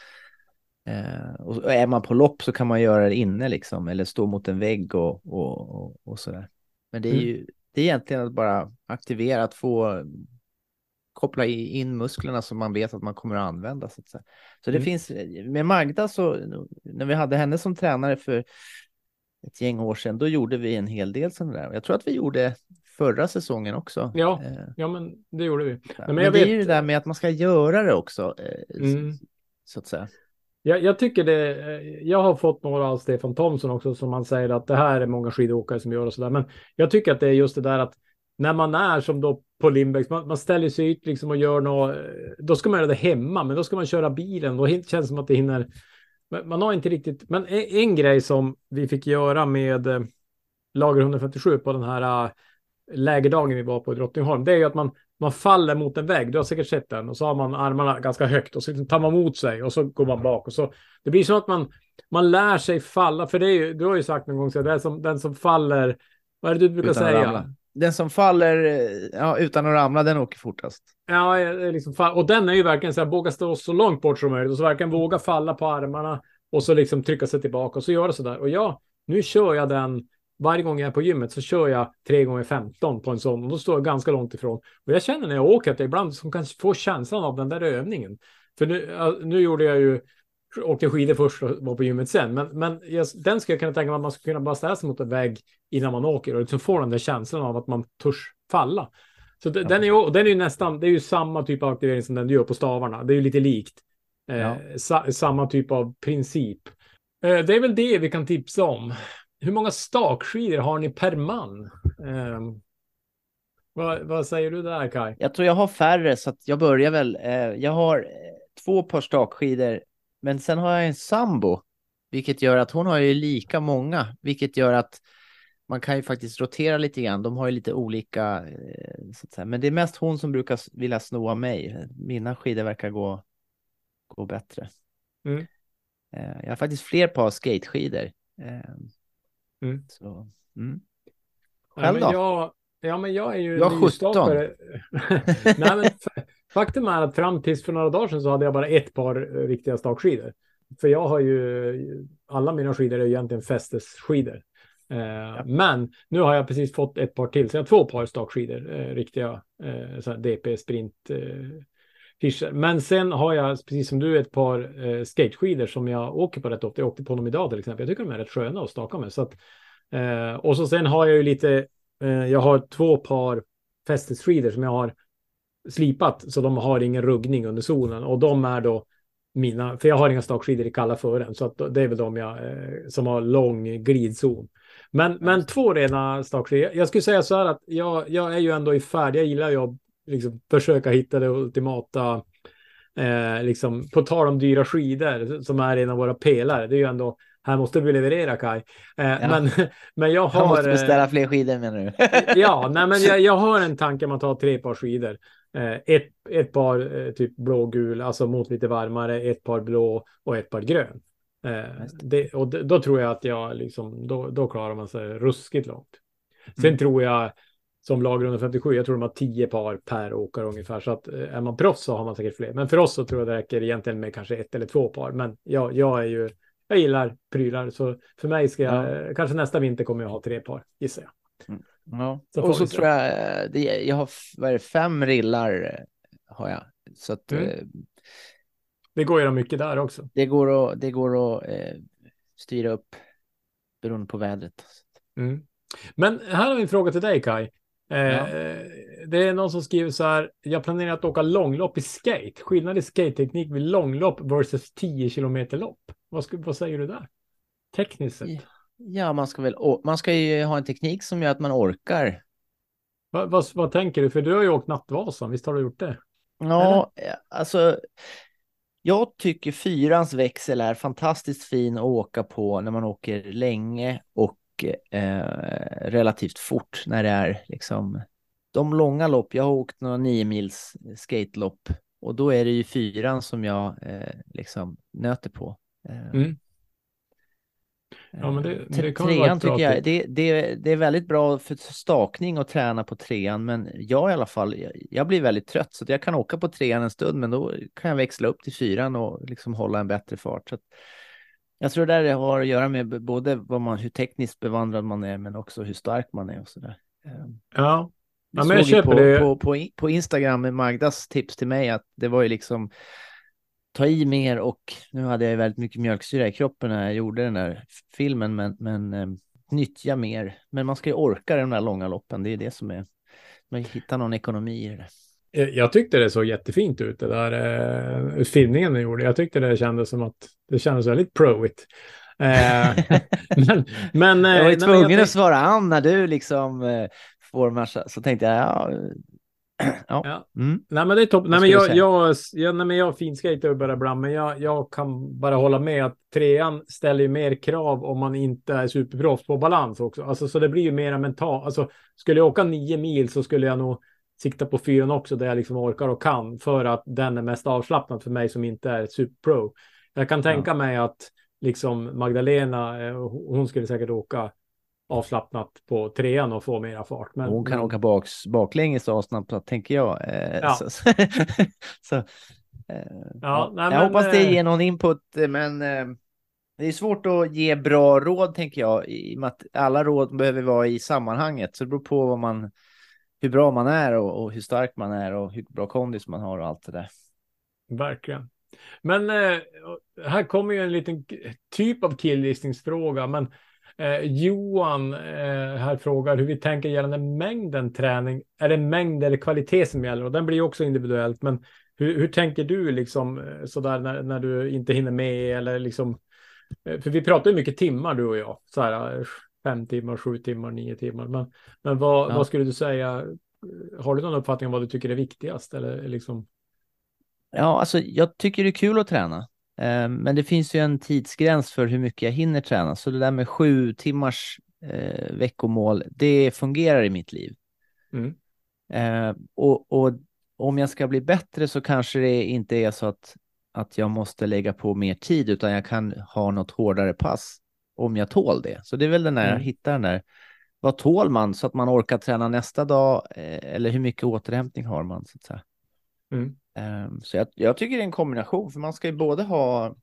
Eh, och är man på lopp så kan man göra det inne liksom. Eller stå mot en vägg och, och, och, och sådär. Men det är Mm. ju det är egentligen att bara aktivera, att få koppla i- in musklerna som man vet att man kommer att använda. Så, att säga. Så det Mm. finns, med Magda så, när vi hade henne som tränare för ett gäng år sedan, då gjorde vi en hel del sådana där. Jag tror att vi gjorde förra säsongen också. Ja, Eh, ja men det gjorde vi. men men men jag det vet- är ju det där med att man ska göra det också. Eh, Mm. så, så att säga. Jag, jag tycker det, eh, jag har fått några av Stefan Thomsson också som man säger att det här är många skidåkare som gör och sådär. Men jag tycker att det är just det där att när man är som då på Lindbäcks, man, man ställer sig ut liksom och gör något, då ska man göra det hemma, men då ska man köra bilen. Då känns det som att det hinner, man har inte riktigt, men en, en grej som vi fick göra med eh, lager hundrafemtiosju på den här äh, lägerdagen vi var på i Drottningholm, det är ju att man, man faller mot en vägg. Du har säkert sett den. Och så har man armarna ganska högt och så tar man mot sig och så går man bak. Och så, det blir så att man, man lär sig falla. För det är ju, du har ju sagt någon gång så det är som, den som faller, vad är det du brukar Utan att säga? ramla. Den som faller eh, ja, utan att ramla, den åker fortast. Ja, det är liksom fall. Och den är ju verkligen så här, våga stå så långt bort som möjligt. Och så verkligen våga falla på armarna och så liksom trycka sig tillbaka och så göra så där. Och ja, nu kör jag den. Varje gång jag är på gymmet så kör jag tre gånger femton på en sån och då står jag ganska långt ifrån. Och jag känner när jag åker att det ibland som kan få känslan av den där övningen. För nu, nu gjorde jag ju, åkte skidor först och var på gymmet sen. Men, men jag, den ska jag kunna tänka mig att man ska kunna bara ställa sig mot en vägg innan man åker och liksom få den där känslan av att man törs falla. Så det, ja. den, är ju, den är ju nästan, det är ju samma typ av aktivering som den du gör på stavarna. Det är ju lite likt. Eh, Ja. sa, samma typ av princip. Eh, det är väl det vi kan tipsa om. Hur många stakskidor har ni per man? Eh, vad, vad säger du där, Kai? Jag tror jag har färre så att jag börjar väl. Eh, jag har eh, två par stakskidor, men sen har jag en sambo, vilket gör att hon har ju lika många, vilket gör att man kan ju faktiskt rotera lite grann. De har ju lite olika, eh, så att säga. Men det är mest hon som brukar vilja sno av mig. Mina skidor verkar gå, gå bättre. Mm. Eh, jag har faktiskt fler par skateskidor. Eh, Mm. så, mm. Nej, Själv men då? jag, ja, men jag är ju Jag har nystartare. Nej, men f- faktum är att fram tills för några dagar sedan så hade jag bara ett par eh, riktiga stakskidor. För jag har ju, alla mina skidor är egentligen fästesskidor. Eh, ja. Men nu har jag precis fått ett par till, så jag har två par stakskidor, eh, riktiga eh, så här D P sprint eh, fischer. Men sen har jag, precis som du, ett par eh, skateskidor som jag åker på rätt ofta. Jag åkte på dem idag till exempel. Jag tycker de är rätt sköna att staka med. Så att, eh, och så sen har jag ju lite, eh, jag har två par fästesskidor som jag har slipat så de har ingen ruggning under zonen. Och de är då mina, för jag har inga stakskidor i kalla fören. Så att det är väl de jag, eh, som har lång glidzon. Men, men två rena stakskidor. Jag skulle säga så här att jag, jag är ju ändå i färd. Jag gillar ju att liksom försöka hitta det ultimata, eh, liksom, på tal om dyra skidor som är en av våra pelare. Det är ju ändå, här måste vi leverera, Kai. Eh, Ja. men, men jag har... Jag måste beställa fler skidor, menar du? ja, nej, men jag, jag har en tanke om att ha tre par skidor. Eh, ett, ett par eh, typ blågul, alltså mot lite varmare, ett par blå och ett par grön. Eh, det, och det, då tror jag att jag liksom, då, då klarar man sig ruskigt långt. Sen Mm. tror jag, som lager hundrafemtiosju, jag tror de har tio par per åkare ungefär. Så att är man proffs så har man säkert fler. Men för oss så tror jag det räcker egentligen med kanske ett eller två par. Men jag, jag är ju, jag gillar prylar. Så för mig ska jag, Ja. kanske nästa vinter kommer jag ha tre par, gissar jag. Ja. Så får och så vi se. tror jag, eh, det, jag har f- vad är det, fem rillar eh, har jag. Så att Mm. eh, Det går ju mycket där också. det går att, det går att eh, styra upp beroende på vädret. Mm. Men här har vi en fråga till dig, Kai. Eh, Ja. Det är någon som skriver så här: jag planerar att åka långlopp i skate. Skillnad i skate-teknik vid långlopp versus tio kilometer lopp. Vad, ska, vad säger du där? Tekniskt sett. Ja. Ja, man ska väl å- man ska ju ha en teknik som gör att man orkar. Va, vad, vad tänker du? För du har ju åkt Nattvasan, visst har du gjort det? Ja, eh, alltså jag tycker fyrans växel är fantastiskt fin att åka på när man åker länge och eh, relativt fort när det är liksom de långa lopp. Jag har åkt några nio mils skatelopp och då är det ju fyran som jag eh, liksom nöter på. Eh, Mm. Ja, men det, det Tre- kan väl vara trean ett bra tycker jag, tips. det, det, det är väldigt bra för stakning och träna på trean, men jag i alla fall, jag, jag blir väldigt trött så att jag kan åka på trean en stund, men då kan jag växla upp till fyran och liksom hålla en bättre fart. Så att, jag tror det där har att göra med både vad man, hur tekniskt bevandrad man är, men också hur stark man är och sådär. Ja, Vi ja men jag såg ju köper på, det. på, på, på Instagram med Magdas tips till mig att det var ju liksom ta i mer, och nu hade jag väldigt mycket mjölksyra i kroppen när jag gjorde den där filmen, men, men eh, nyttja mer. Men man ska ju orka de där långa loppen. Det är det som är, man hittar någon ekonomi i det. Jag tyckte det såg jättefint ut, det där eh, utfilmningen ni gjorde. Jag tyckte det kändes som att det kändes väldigt pro-it. Eh, men, men, jag var ju eh, tvungen jag att svara an när du liksom eh, får massa, så tänkte jag, ja. ja. ja. Mm. Nej, men det är topp. Nej, Vad men ska jag, du säga? jag, jag, nej, men jag finskejtar bara ibland, men jag, jag kan bara hålla med att trean ställer ju mer krav om man inte är superproffs på balans också. Alltså, så det blir ju mera mentalt. Alltså, skulle jag åka nio mil så skulle jag nog sikta på fyran också, där jag liksom orkar och kan, för att den är mest avslappnad för mig som inte är superpro. Jag kan tänka Ja. mig att liksom Magdalena, eh, hon skulle säkert åka avslappnat på trean och få mera fart. Men, Hon kan men... åka baks, baklänges avslappnat, tänker jag. Eh, Ja. Så, så, eh, Ja, ja. nej, Jag men, hoppas det eh, ger någon input, men eh, det är svårt att ge bra råd, tänker jag, i och med att alla råd behöver vara i sammanhanget. Så det beror på vad man, hur bra man är och, och hur stark man är och hur bra kondis man har och allt det där. Verkligen. Men eh, här kommer ju en liten typ av killgissningsfråga, men eh, Johan eh, här frågar hur vi tänker gällande mängden träning. Är det mängd eller kvalitet som gäller? Och den blir också individuellt, men hur, hur tänker du liksom eh, sådär när, när du inte hinner med, eller liksom, eh, för vi pratar ju mycket timmar du och jag, så här eh, fem timmar, sju timmar, nio timmar, men, men vad, Ja. vad skulle du säga? Har du någon uppfattning om vad du tycker är viktigast, eller liksom? Ja, alltså jag tycker det är kul att träna. Eh, men det finns ju en tidsgräns för hur mycket jag hinner träna. Så det där med sju timmars eh, veckomål, det fungerar i mitt liv. Mm. Eh, och, och om jag ska bli bättre så kanske det inte är så att, att jag måste lägga på mer tid, utan jag kan ha något hårdare pass om jag tål det. Så det är väl den där, Mm. hitta den där, vad tål man så att man orkar träna nästa dag, eh, eller hur mycket återhämtning har man, så att säga. Mm. Um, så jag, jag tycker det är en kombination, för man ska ju både ha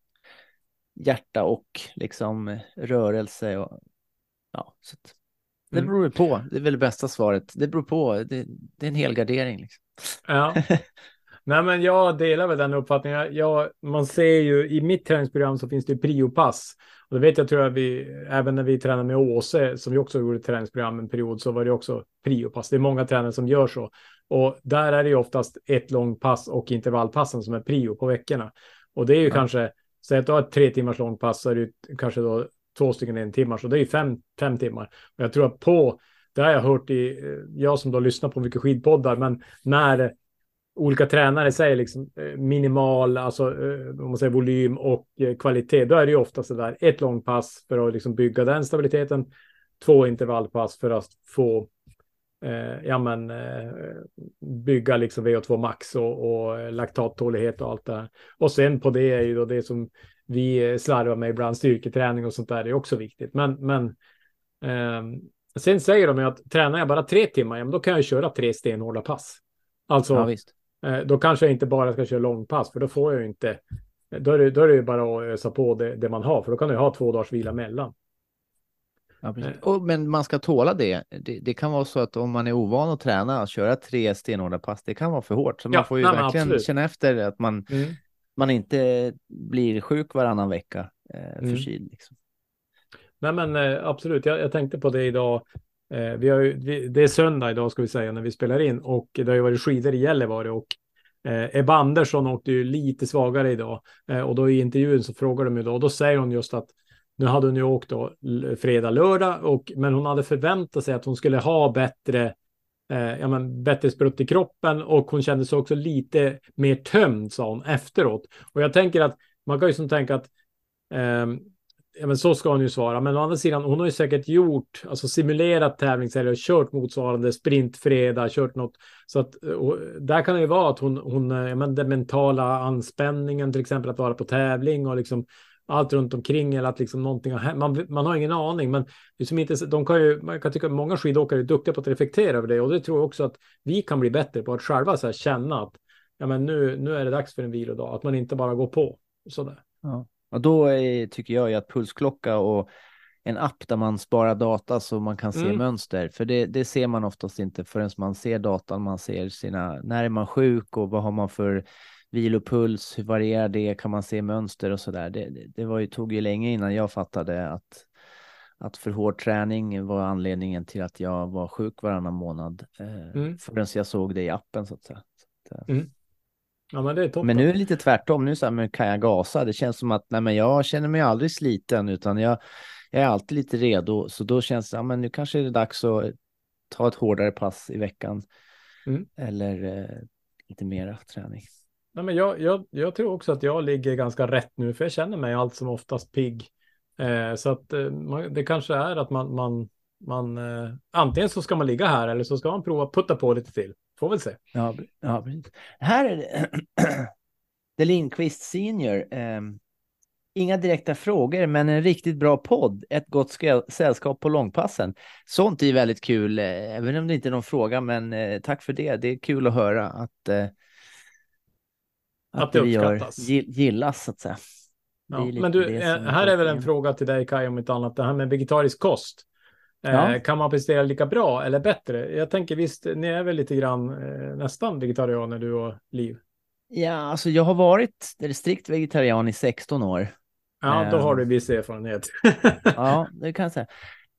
hjärta och liksom rörelse och ja, så att det Mm. beror ju på. Det är väl det bästa svaret. Det beror på. Det, det är en hel gardering liksom. Ja. Nej, men jag delar väl den uppfattningen. Jag, man ser ju i mitt träningsprogram så finns det ju priopass. Och det vet jag, tror jag, vi, även när vi tränar med Åse, som vi också gjorde ett träningsprogram en period, så var det också priopass. Det är många tränare som gör så. Och där är det ju oftast ett långt pass och intervallpassen som är prio på veckorna. Och det är ju Ja. kanske, säg att du har ett tre timmars långt pass, så är det ju kanske då två stycken en timmar. Så det är ju fem, fem timmar. Och jag tror att på, det har jag hört i, jag som då lyssnar på mycket skidpoddar, men när olika tränare säger liksom minimal, alltså om man säger volym och kvalitet, då är det ju ofta så där ett långt pass för att liksom bygga den stabiliteten, två intervallpass för att få eh, ja men eh, bygga liksom V O två max och, och laktattålighet och allt det här. Och sen på det är ju då det som vi slarvar med ibland, styrketräning och sånt där, det är också viktigt. Men, men eh, sen säger de ju att tränar jag bara tre timmar, ja, men då kan jag köra tre stenhårda pass. Alltså Ja, visst. då kanske jag inte bara ska köra långpass, för då får jag ju inte, då är det, då är det ju bara att ösa på det, det man har, för då kan du ha två dagars vila mellan. Ja, precis. Och, men man ska tåla det. det. Det kan vara så att om man är ovan att träna och köra tre stenhårda pass, det kan vara för hårt. Så man Ja, får ju nej, men verkligen absolut. känna efter att man, Mm. man inte blir sjuk varannan vecka, eh, Mm. förkyld. Liksom. Nej, men eh, absolut, jag, jag tänkte på det idag. Eh, vi har ju, vi, det är söndag idag, ska vi säga, när vi spelar in, och det har ju varit skidor i Gällivare, och eh, Ebba Andersson åkte ju lite svagare idag, eh, och då i intervjun så frågar de ju då, och då säger hon just att nu hade hon ju åkt då fredag, lördag, och, men hon hade förväntat sig att hon skulle ha bättre eh, ja, men bättre sprutt i kroppen, och hon kände sig också lite mer tömd, sa hon efteråt. Och jag tänker att man kan ju som tänka att eh, ja, men så ska hon ju svara, men å andra sidan, hon har ju säkert gjort, alltså simulerat tävlingshelger, kört motsvarande sprintfredag, kört något, så att och, där kan det ju vara att hon, hon ja, men den mentala anspänningen, till exempel att vara på tävling och liksom allt runt omkring, eller att liksom någonting har hänt. Man, man har ingen aning, men det som inte, de kan ju, man kan tycka att många skidåkare är duktiga på att reflektera över det, och det tror jag också att vi kan bli bättre på, att själva så här känna att ja, men nu, nu är det dags för en vilodag, att man inte bara går på sådär. Ja. Och då är, tycker jag ju att pulsklocka och en app där man sparar data så man kan se Mm. mönster. För det, det ser man oftast inte förrän man ser datan, man ser sina, när är man sjuk och vad har man för vilopuls, hur varierar det, kan man se mönster och sådär. Det, det, det var ju, tog ju länge innan jag fattade att, att för hård träning var anledningen till att jag var sjuk varannan månad. Eh, Mm. förrän jag såg det i appen så att säga. Så att, Mm. Ja, men det är toppen. men nu är det lite tvärtom. Nu så här, men kan jag gasa? Det känns som att nej, men jag känner mig aldrig sliten utan jag, jag är alltid lite redo. Så då känns det, ja, men nu kanske är det dags att ta ett hårdare pass i veckan. Mm. Eller eh, lite mera träning. Nej, men jag, jag, jag tror också att jag ligger ganska rätt nu, för jag känner mig allt som oftast pigg. Eh, så att eh, man, det kanske är att man, man, man eh, antingen så ska man ligga här eller så ska man prova putta på lite till. Får väl se. Ja, ja här är det The Lindqvist Senior. Eh, inga direkta frågor, men en riktigt bra podd. Ett gott ska- sällskap på långpassen. Sånt är väldigt kul, eh, även om det inte är någon fråga, men eh, tack för det. Det är kul att höra att, eh, att, Att det vi gör, uppskattas. gi- gillas så att säga. Det Ja, är lite men du, det eh, som här är väl en poängen. fråga till dig, Kaj, om inte annat. Det här med vegetarisk kost. Eh, Ja. Kan man prestera lika bra eller bättre? Jag tänker visst, ni är väl lite grann eh, nästan vegetarianer, du och Liv. Ja, alltså jag har varit strikt vegetarian i sexton år. Ja, då Ehm. har du viss erfarenhet. Ja, det kan jag säga.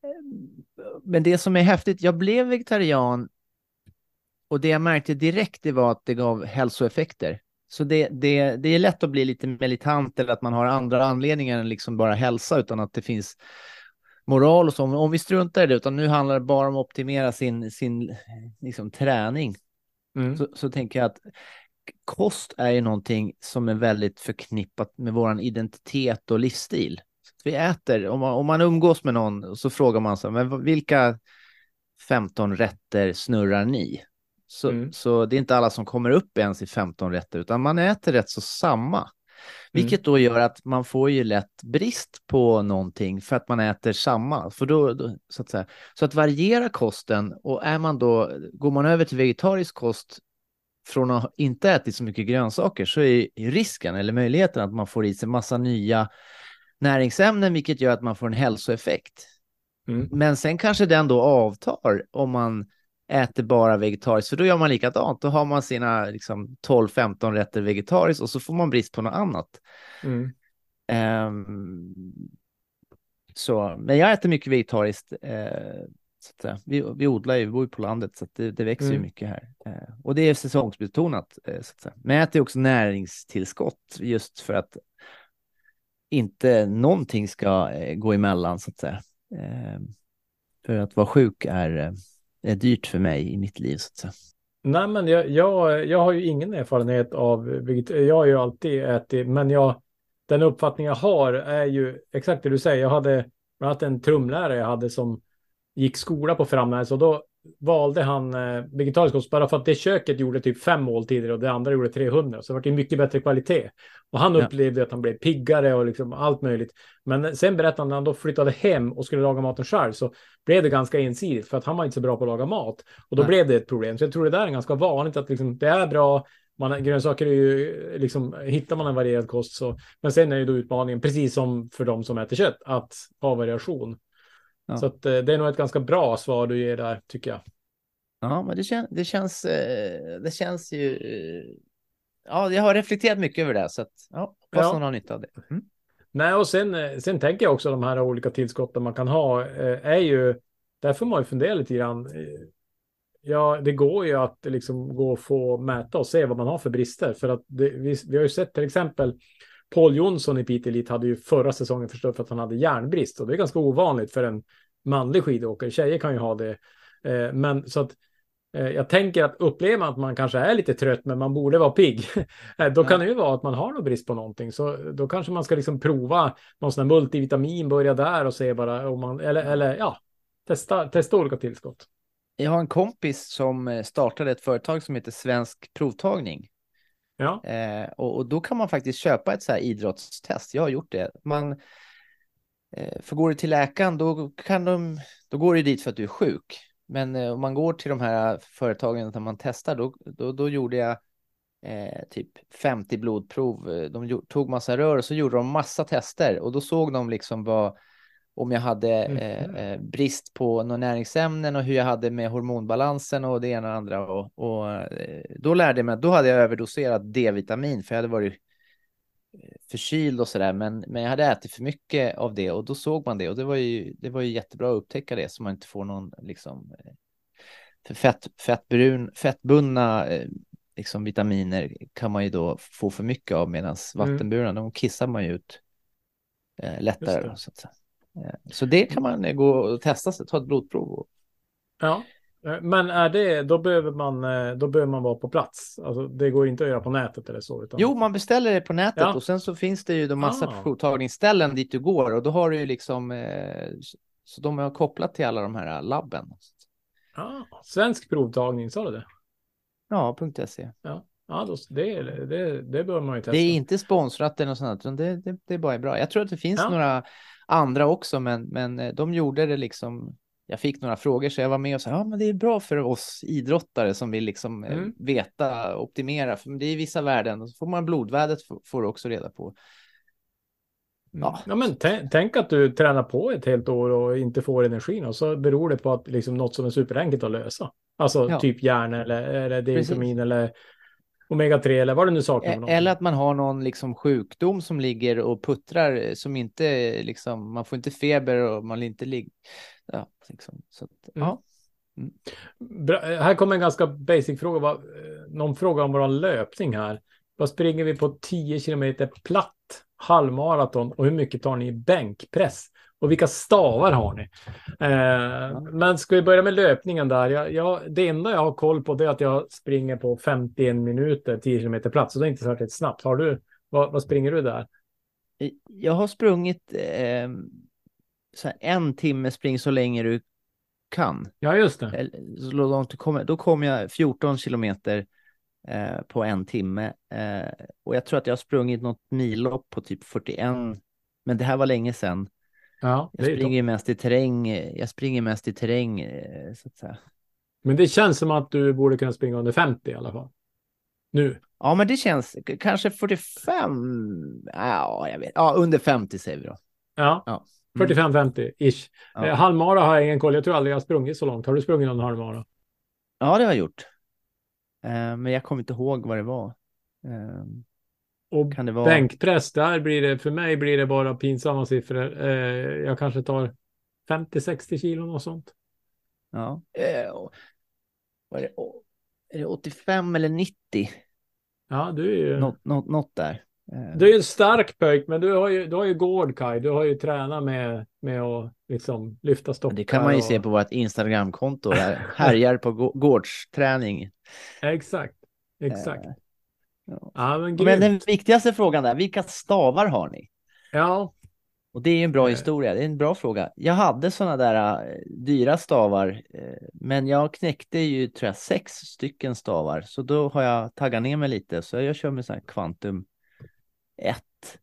Men det som är häftigt, jag blev vegetarian och det jag märkte direkt det var att det gav hälsoeffekter. Så det, det, det är lätt att bli lite militant eller att man har andra anledningar än liksom bara hälsa, utan att det finns moral och så. Om vi struntar i det, utan nu handlar det bara om att optimera sin, sin liksom, träning. Mm. Så, så tänker jag att kost är ju någonting som är väldigt förknippat med våran identitet och livsstil. Så vi äter, om man, om man umgås med någon så frågar man så här, men vilka femton rätter snurrar ni? Så, Mm. så det är inte alla som kommer upp ens i femton rätter, utan man äter rätt så samma. Vilket då gör att man får ju lätt brist på någonting för att man äter samma. För då, då, så, att säga. Så att variera kosten, och är man då, går man över till vegetarisk kost från att inte ätit så mycket grönsaker, så är risken eller möjligheten att man får i sig massa nya näringsämnen, vilket gör att man får en hälsoeffekt. Mm. Men sen kanske den då avtar om man äter bara vegetariskt, för då gör man likadant. Då har man sina liksom, tolv femton rätter vegetariskt och så får man brist på något annat. Mm. Um, så, men jag äter mycket vegetariskt. Uh, så att säga. Vi, vi odlar ju, vi bor ju på landet, så att det, det växer Mm. ju mycket här. Uh, och det är säsongsbetonat. Uh, så att säga. Men jag äter också näringstillskott just för att inte någonting ska uh, gå emellan, så att säga. Uh, för att vara sjuk är, uh, är dyrt för mig i mitt liv, så att säga. Nej, men jag, jag, jag har ju ingen erfarenhet av veget- jag har ju alltid ätit, men jag, den uppfattning jag har är ju exakt det du säger. Jag hade bland annat en trumlärare jag hade som gick skola på Framnäs, och då valde han eh, vegetarisk kost bara för att det köket gjorde typ fem måltider och det andra gjorde trehundra, så det var det mycket bättre kvalitet. Och han Ja. upplevde att han blev piggare och liksom allt möjligt. Men sen berättade han när han då flyttade hem och skulle laga maten själv, så blev det ganska ensidigt för att han var inte så bra på att laga mat. Och då Nej. blev det ett problem. Så jag tror det där är ganska vanligt att liksom, det är bra. Man, grönsaker är ju, liksom, hittar man en varierad kost så. Men sen är ju då utmaningen, precis som för de som äter kött, att ha variation. Ja. Så att, eh, det är nog ett ganska bra svar du ger där, tycker jag. Ja, men det, kän- det känns eh, det känns ju eh, ja, jag har reflekterat mycket över det, så att ja, hoppas Ja. någon har nytta av det. Mm. Nej, och sen, eh, sen tänker jag också de här olika tillskotten man kan ha eh, är ju, där får man ju fundera lite grann. Eh, Ja, det går ju att liksom gå och få mäta och se vad man har för brister. För att det, vi, vi har ju sett till exempel Paul Jonsson i Piteå Elite hade ju förra säsongen förstört för att han hade järnbrist. Och det är ganska ovanligt för en manlig skidåkare. Tjejer kan ju ha det. Eh, men så att eh, jag tänker att upplever man att man kanske är lite trött men man borde vara pigg. eh, då kan det ju vara att man har någon brist på någonting. Så då kanske man ska liksom prova någon sån här multivitamin, börja där och se bara om man, eller, eller ja, testa, testa olika tillskott. Jag har en kompis som startade ett företag som heter Svensk Provtagning. Ja. Eh, och, och då kan man faktiskt köpa ett så här idrottstest. Jag har gjort det. Man, eh, för går du till läkaren då, kan de, då går du dit för att du är sjuk. Men eh, om man går till de här företagen där man testar, då, då, då gjorde jag eh, typ femtio blodprov. De gjorde, tog massa rör och så gjorde de massa tester. Och då såg de liksom vad, om jag hade eh, eh, brist på några näringsämnen och hur jag hade med hormonbalansen och det ena och andra. Och, och eh, då lärde jag mig att då hade jag överdoserat D-vitamin, för jag hade varit förkyld och sådär, men, men jag hade ätit för mycket av det och då såg man det och det var ju, det var ju jättebra att upptäcka det så man inte får någon liksom för fett, fettbrun, fettbundna liksom vitaminer kan man ju då få för mycket av medan vattenburna, mm. de kissar man ju ut eh, lättare. Då, så, att säga. Eh, så det kan man gå och testa sig, ta ett blodprov. Och... Ja, men är det, då behöver man, då behöver man vara på plats. Alltså, det går inte att göra på nätet eller så. Utan... Jo, man beställer det på nätet ja. Och sen så finns det ju en massa ah. provtagningsställen dit du går och då har du ju liksom, eh, så de har kopplat till alla de här labben. Ah, svensk provtagning, sa du det? Ja, .se. Ja, ja då, det, det, det bör man ju testa. Det är inte sponsrat eller något sånt, utan det, det, det är bara bra. Jag tror att det finns ja. några andra också, men, men de gjorde det liksom, jag fick några frågor så jag var med och sa, ja men det är bra för oss idrottare som vill liksom mm. veta, optimera, för det är vissa värden, och så får man blodvärdet får du också reda på. Ja, ja men t- tänk att du tränar på ett helt år och inte får energin och så beror det på att liksom något som är superenkelt att lösa. Alltså ja. typ järn eller, eller D-vitamin eller omega tre eller vad det nu saknar. Eller att man har någon liksom sjukdom som ligger och puttrar som inte liksom, man får inte feber och man inte ligger. Ja, liksom. Så att, mm. ja. Mm. Bra, här kommer en ganska basic fråga. Vad, någon fråga om vår löpning här. Vad springer vi på tio kilometer platt halvmaraton och hur mycket tar ni i bänkpress? Och vilka stavar har ni? Eh, men ska vi börja med löpningen där? Jag, jag, det enda jag har koll på det är att jag springer på femtioen minuter, tio kilometer plats. Så det är inte särskilt snabbt. Har du, vad, vad springer du där? Jag har sprungit eh, så här en timme spring så länge du kan. Ja, just det. Så långt du kommer, då kommer jag fjorton kilometer eh, på en timme. Eh, och jag tror att jag har sprungit något millopp på typ fyrtioen. Men det här var länge sedan. Ja, jag springer mest i terräng. Jag springer mest i terräng så att säga. Men det känns som att du borde kunna springa under femtio i alla fall. Nu. Ja, men det känns kanske fyrtiofem. Ja, jag vet. Ja, under femtio säger vi då. Ja. Ja. Mm. fyrtiofem femtio ish. Ja. Eh, halvmara har jag ingen koll. Jag tror aldrig jag har sprungit så långt. Har du sprungit någon halvmara? Ja, det har jag gjort. Eh, men jag kommer inte ihåg vad det var. Eh, Och kan det vara... bänkpress, där blir det, för mig blir det bara pinsamma siffror. Eh, jag kanske tar femtio sextio kilo och sånt. Ja. Eh, vad är det? Är det åttiofem eller nittio? Ja, du är ju... Något, något, något där. Eh. Du är en stark pöjk, men du har ju, du har ju gård, Kai. Du har ju tränat med, med att liksom lyfta stockar. Det kan man ju och... se på vårt Instagramkonto. Härjar på gårdsträning. Exakt, exakt. Eh. Ja. Ja, men, men den viktigaste frågan där, vilka stavar har ni? Ja. Och det är ju en bra historia, det är en bra fråga. Jag hade sådana där uh, dyra stavar, uh, men jag knäckte ju tror jag sex stycken stavar. Så då har jag taggat ner mig lite, så jag kör med sån här Quantum ett.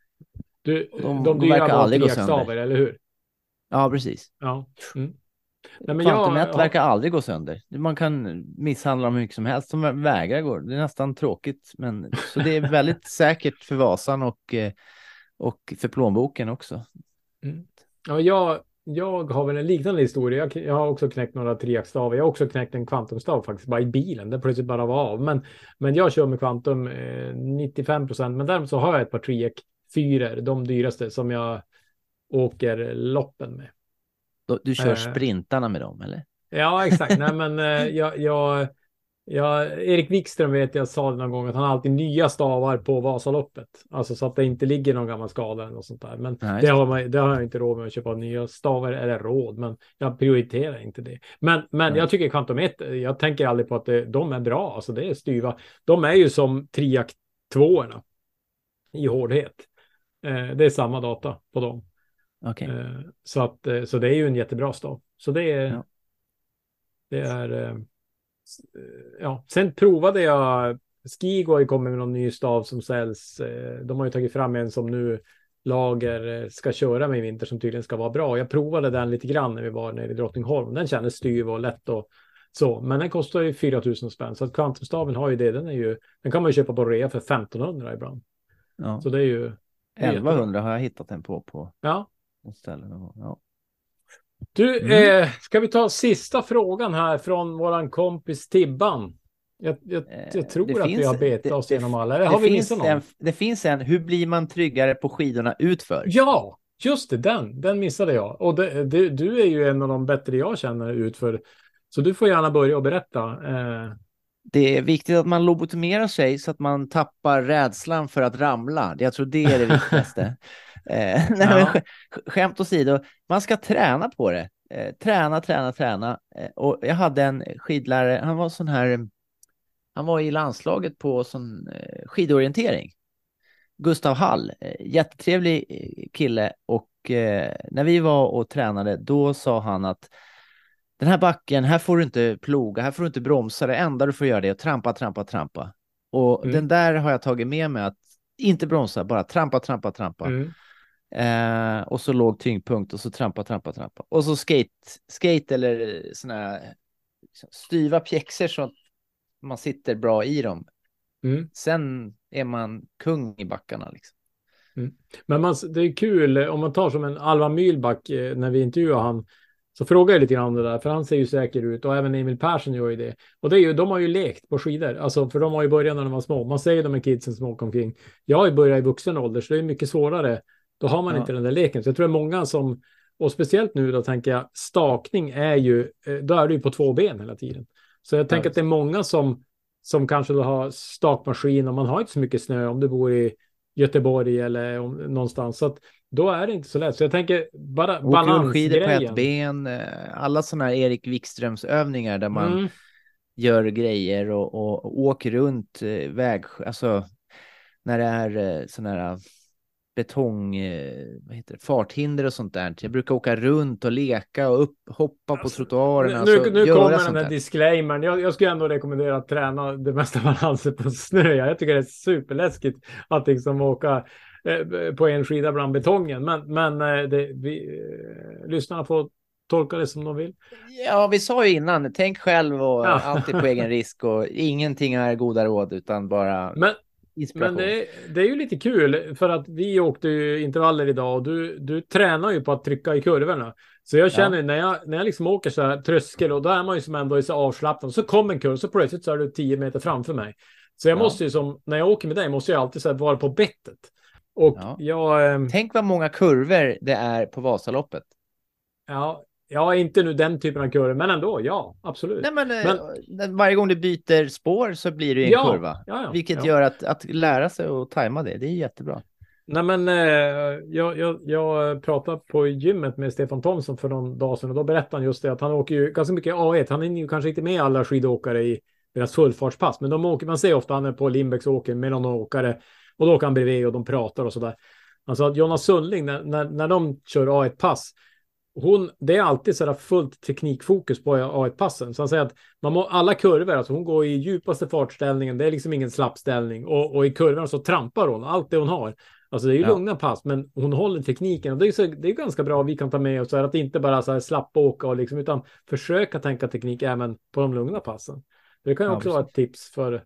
Du, de, de dyra verkar aldrig gå sönder, eller hur? Ja, precis. Ja. Mm. Nej, men Quantum ett jag, verkar ja. aldrig gå sönder. Man kan misshandla dem hur mycket som helst. De vägrar gå. Det är nästan tråkigt. Men, så det är väldigt säkert för Vasan och, och för plånboken också. Mm. Ja, jag, jag har väl en liknande historia. Jag, jag har också knäckt några triaxstavar. Jag har också knäckt en kvantumstav faktiskt bara i bilen. Det plötsligt bara var av. Men, men jag kör med kvantum eh, nittiofem procent. Men däremot så har jag ett par triax fyror. De dyraste som jag åker loppen med. Du kör sprintarna med dem, eller? Ja, exakt. Nej, men jag, jag, jag, Erik Wikström vet jag sa det någon gång att han har alltid nya stavar på Vasaloppet. Alltså så att det inte ligger någon gammal skada eller något sånt där. Men Nej, det, har man, det har jag inte råd med att köpa nya stavar, eller råd, men jag prioriterar inte det. Men, men jag tycker Quantum ett, jag tänker aldrig på att det, de är bra. Alltså det är styva. De är ju som Triac tvåorna i hårdhet. Eh, det är samma data på dem. Okay. Så, att, så det är ju en jättebra stav. Så det är, ja. det är ja. Sen provade jag, Skigo har ju kommit med någon ny stav som säljs. De har ju tagit fram en som nu Lager ska köra med i vinter som tydligen ska vara bra. Jag provade den lite grann när vi var nere i Drottningholm. Den kändes styv och lätt och så. Men den kostar ju fyra tusen spänn. Så att kvantumstaven har ju det. Den, är ju, den kan man ju köpa på rea för femtonhundra ibland. Ja. Så det är ju elvahundra har jag hittat den på. på. Ja. Ja. Du, mm. eh, ska vi ta sista frågan här från våran kompis Tibban? Jag, jag, jag Eh, tror det att finns- vi har betat det- oss det- genom alla. Eller Det har vi finns, missat någon? en, det finns en, hur blir man tryggare på skidorna utför? Ja, just det, den, den missade jag. Och det, det, du är ju en av de bättre jag känner utför. Så du får gärna börja och berätta. Eh, Det är viktigt att man lobotomerar sig så att man tappar rädslan för att ramla. Jag tror det är det viktigaste. eh, nej, Ja. men sk- skämt åsido, man ska träna på det. Eh, träna, träna, träna. Eh, och jag hade en skidlärare, han var sån här, han var i landslaget på sån eh, skidorientering. Gustav Hall, eh, jättetrevlig eh, kille, och eh, när vi var och tränade, då sa han att den här backen, här får du inte ploga, här får du inte bromsa, det enda du får göra det är att trampa, trampa, trampa. Och Mm. den där har jag tagit med mig, att inte bromsa, bara trampa, trampa, trampa. mm. Eh, och så låg tyngdpunkt och så trampa, trampa, trampa. Och så skate, skate eller såna här styva pjäxor så att man sitter bra i dem. Mm. Sen är man kung i backarna liksom. Men man, det är kul, om man tar som en Alva Mühlback, eh, när vi intervjuar han, så frågar jag lite grann om det där, för han ser ju säker ut, och även Emil Persson gör ju det. Och det är ju, de har ju lekt på skidor, alltså, för de har ju börjat när de var små. Man säger de är kidsen som åker omkring. Jag har ju börjat i vuxen ålder, så det är mycket svårare. Då har man Ja. inte den där leken. Så jag tror det är många som, och speciellt nu då tänker jag, stakning är ju, eh, då är du ju på två ben hela tiden. Så jag tänker Ja, att det är många som, som kanske då har stakmaskin, och man har inte så mycket snö om du bor i Göteborg eller om, någonstans. Så att då är det inte så lätt. Så jag tänker bara Åker rullskidor på ett balansgrejen. ben, eh, alla sådana här Erik Wikströms övningar där man Mm. gör grejer och, och, och åker runt eh, väg, alltså när det är eh, sådana här betong, eh, vad heter det, farthinder och sånt där. Jag brukar åka runt och leka och upp, hoppa på trottoarerna. Nu, Alltså, nu göra kommer den sånt här där. disclaimern. Jag, jag skulle ändå rekommendera att träna det mesta balanser på snö. Jag tycker det är superläskigt att liksom åka eh, på en skida bland betongen. Men, men eh, det, vi, eh, lyssnarna får tolka det som de vill. Ja, vi sa ju innan, tänk själv och Ja. alltid på egen risk, och ingenting är goda råd utan bara Men, inspiration. men det, är, det är ju lite kul, för att vi åkte ju intervaller idag, och du, du tränar ju på att trycka i kurvorna. Så jag känner Ja. när jag, när jag liksom åker så här tröskel, och då är man ju som ändå så avslappnad. Så kommer en kurv, så plötsligt så är du tio meter framför mig. Så jag Ja. måste ju som, när jag åker med dig måste jag alltid så här, vara på bettet. Och Ja. jag, ehm, Tänk vad många kurvor det är på Vasaloppet. ja, jag är inte nu den typen av kurvor, men ändå, ja, absolut. Nej, men, eh, Men- varje gång du byter spår så blir det ju en Ja, kurva. ja, ja, vilket ja. gör att, att lära sig och tajma det, det är jättebra. Nej, men eh, jag, jag, jag pratade på gymmet med Stefan Thomsson för någon dag sedan, och då berättade han just det att han åker ju ganska mycket A ett. Han är ju kanske inte med alla skidåkare i deras fullfartspass, men de åker, man ser ofta han är på Lindbäcks åker med någon åkare, och då åker han bredvid och de pratar och sådär. Alltså att Jonas Sundling, när, när, när de kör A ett-pass, hon, det är alltid sådär fullt teknikfokus på A ett-passen. Så han säger att man må, alla kurvor, alltså hon går i djupaste fartställningen, det är liksom ingen slappställning, och, och i kurvorna så trampar hon allt det hon har. Alltså det är ju Ja. lugna pass, men hon håller tekniken, och det är, så, det är ganska bra, vi kan ta med oss så här, att inte bara så här slappa åka och liksom, utan försöka tänka teknik även på de lugna passen. Det kan ju Ja, också vara ett tips för,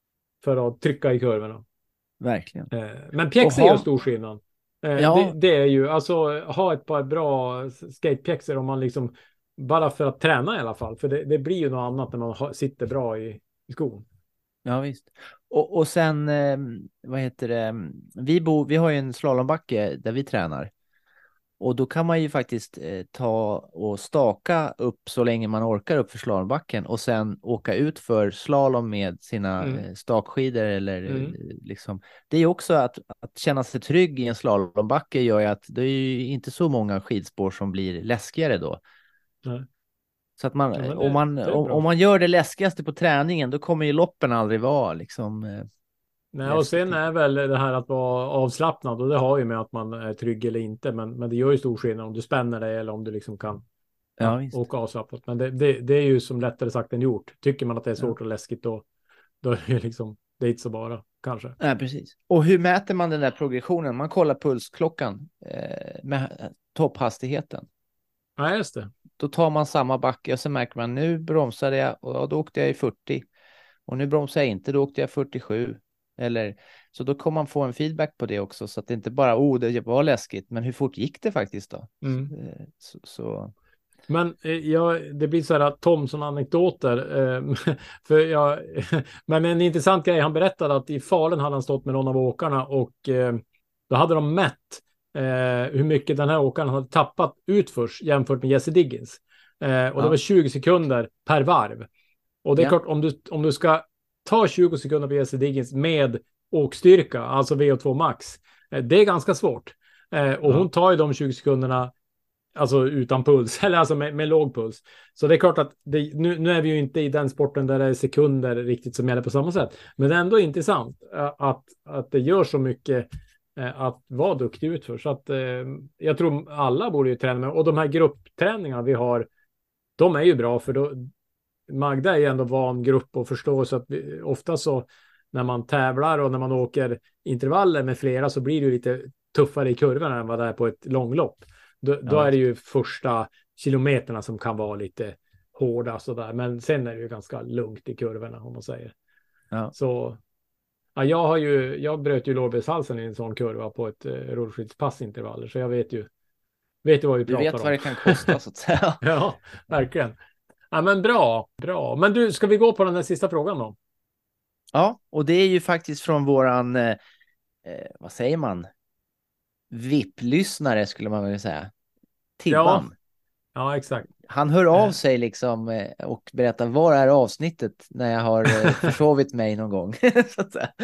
för att trycka i kurvorna. Verkligen. Eh, men pjäxor Och ha- gör stor skillnad. Eh, Ja. det, det är ju, alltså ha ett par bra skatepjäxor om man liksom, bara för att träna i alla fall. För det, det blir ju något annat när man ha, sitter bra i, i skon. Ja, visst. Och, och sen, eh, vad heter det, vi, bor, vi har ju en slalombacke där vi tränar. Och då kan man ju faktiskt eh, ta och staka upp så länge man orkar upp för slalombacken, och sen åka ut för slalom med sina Mm. eh, stakskidor eller Mm. eh, liksom. Det är ju också att, att känna sig trygg i en slalombacke gör ju att det är ju inte så många skidspår som blir läskigare då. Nej. Så att man, Ja, men det- om, man det är om, bra. om man gör det läskigaste på träningen, då kommer ju loppen aldrig vara liksom. Eh, Nej, och sen är väl det här att vara avslappnad, och det har ju med att man är trygg eller inte, men, men det gör ju stor skillnad om du spänner dig eller om du liksom kan ja, visst. åka avslappnat. Men det, det, det är ju som lättare sagt än gjort. Tycker man att det är svårt och läskigt, då, då är det ju liksom, det är inte så bara, kanske. Ja, precis. Och hur mäter man den där progressionen? Man kollar pulsklockan eh, med topphastigheten. Ja, just det. Då tar man samma backe och så märker man, nu bromsade jag och då åkte jag i fyrtio. Och nu bromsar jag inte, då åkte jag fyrtiosju. Eller, så då kommer man få en feedback på det också, så att det inte bara, oh, det var läskigt, men hur fort gick det faktiskt då? Mm. Eh, Så, så. Men eh, jag, det blir så här Thomson-anekdoter. Eh, för jag, men en intressant grej, han berättade att i Falun hade han stått med någon av åkarna och eh, då hade de mätt eh, hur mycket den här åkaren hade tappat utförs jämfört med Jesse Diggins. Eh, och ja. Det var tjugo sekunder per varv. Och det är ja. klart, om du, om du ska ta tjugo sekunder på Jesse Diggins med åkstyrka, alltså V O två max, eh, det är ganska svårt. Eh, och ja. hon tar ju de tjugo sekunderna alltså utan puls, eller alltså med, med låg puls. Så det är klart att det, nu, nu är vi ju inte i den sporten där det är sekunder riktigt som gäller på samma sätt. Men det är ändå intressant att, att det gör så mycket att vara duktig utför. Så att eh, jag tror alla borde ju träna med. Och de här gruppträningarna vi har, de är ju bra för då Magda är ju ändå van grupp och förstår så att vi, ofta så när man tävlar och när man åker intervaller med flera så blir det ju lite tuffare i kurvorna än vad det är på ett långlopp. Då, då ja. är det ju första kilometerna som kan vara lite hårda sådär. Men sen är det ju ganska lugnt i kurvorna om man säger. Ja. Så ja, jag har ju, jag bröt ju lårbenshalsen i en sån kurva på ett eh, rullskidspassintervaller. Så jag vet ju, vet ju vad vi pratar om. Du vet vad det kan kosta så att säga. Ja, verkligen. Ja, men bra, bra. Men du, ska vi gå på den här sista frågan då? Ja, och det är ju faktiskt från våran, eh, vad säger man? V I P-lyssnare skulle man väl säga. Tibban. Ja, ja exakt. Han hör av sig liksom och berättar var är avsnittet när jag har försovit mig någon gång. Så att säga.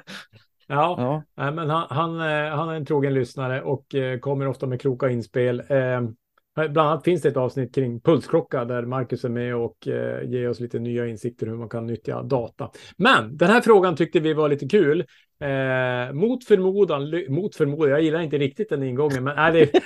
Ja, ja. Nej, men han, han, han är en trogen lyssnare och eh, kommer ofta med kloka inspel. Eh, bland annat finns det ett avsnitt kring pulsklocka där Marcus är med och eh, ger oss lite nya insikter hur man kan nyttja data. Men den här frågan tyckte vi var lite kul. Eh, mot förmodan, mot förmodan, jag gillar inte riktigt den ingången, men, är det...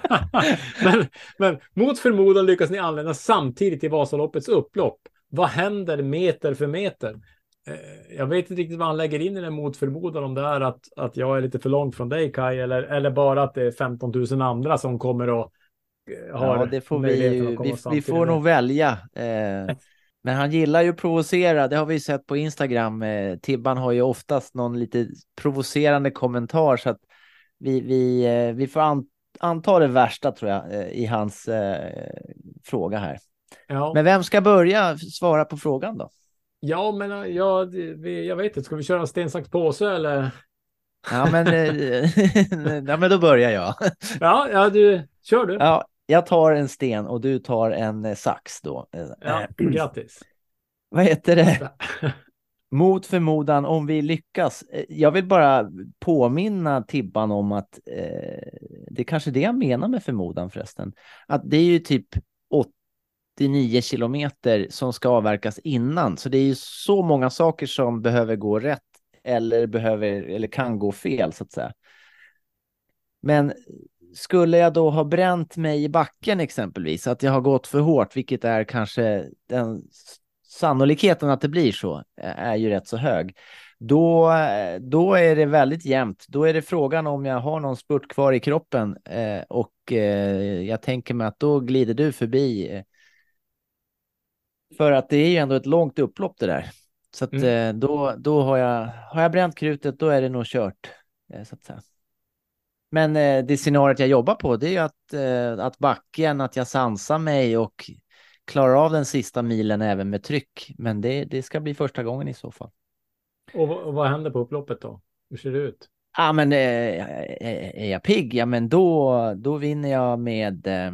men, men mot förmodan lyckas ni använda samtidigt i Vasaloppets upplopp. Vad händer meter för meter? Eh, jag vet inte riktigt vad han lägger in i den mot förmodan, om det är att, att jag är lite för långt från dig Kai, eller, eller bara att det är femton tusen andra som kommer och har ja, det får vi, vi, vi får nog välja. Eh, men han gillar ju att provocera, det har vi sett på Instagram. Eh, Tibban har ju oftast någon lite provocerande kommentar så att vi, vi, eh, vi får an, anta det värsta tror jag eh, i hans eh, fråga här. Ja. Men vem ska börja svara på frågan då? Ja, men jag, jag vet inte, ska vi köra sten, sax, påse eller? Ja, men, ja, men då börjar jag. Ja, ja du, kör du. Ja, jag tar en sten och du tar en sax då. Ja, grattis. Vad heter det? Mot förmodan om vi lyckas. Jag vill bara påminna Tibban om att eh, det är kanske det jag menar med förmodan förresten. Att det är ju typ åttionio kilometer som ska avverkas innan. Så det är ju så många saker som behöver gå rätt eller behöver eller kan gå fel så att säga. Men skulle jag då ha bränt mig i backen exempelvis, att jag har gått för hårt, vilket är kanske den sannolikheten att det blir så är ju rätt så hög. Då, då är det väldigt jämnt. Då är det frågan om jag har någon spurt kvar i kroppen eh, och eh, jag tänker mig att då glider du förbi. Eh, för att det är ju ändå ett långt upplopp det där. Så att mm. eh, då, då har jag, har jag bränt krutet, då är det nog kört. Eh, så att säga. Men eh, det scenariot jag jobbar på, det är ju att, eh, att backen, att jag sansar mig och klarar av den sista milen även med tryck. Men det, det ska bli första gången i så fall. Och, och vad händer på upploppet då? Hur ser det ut? Ja, men eh, är jag pigg? Ja, men då, då vinner jag med eh,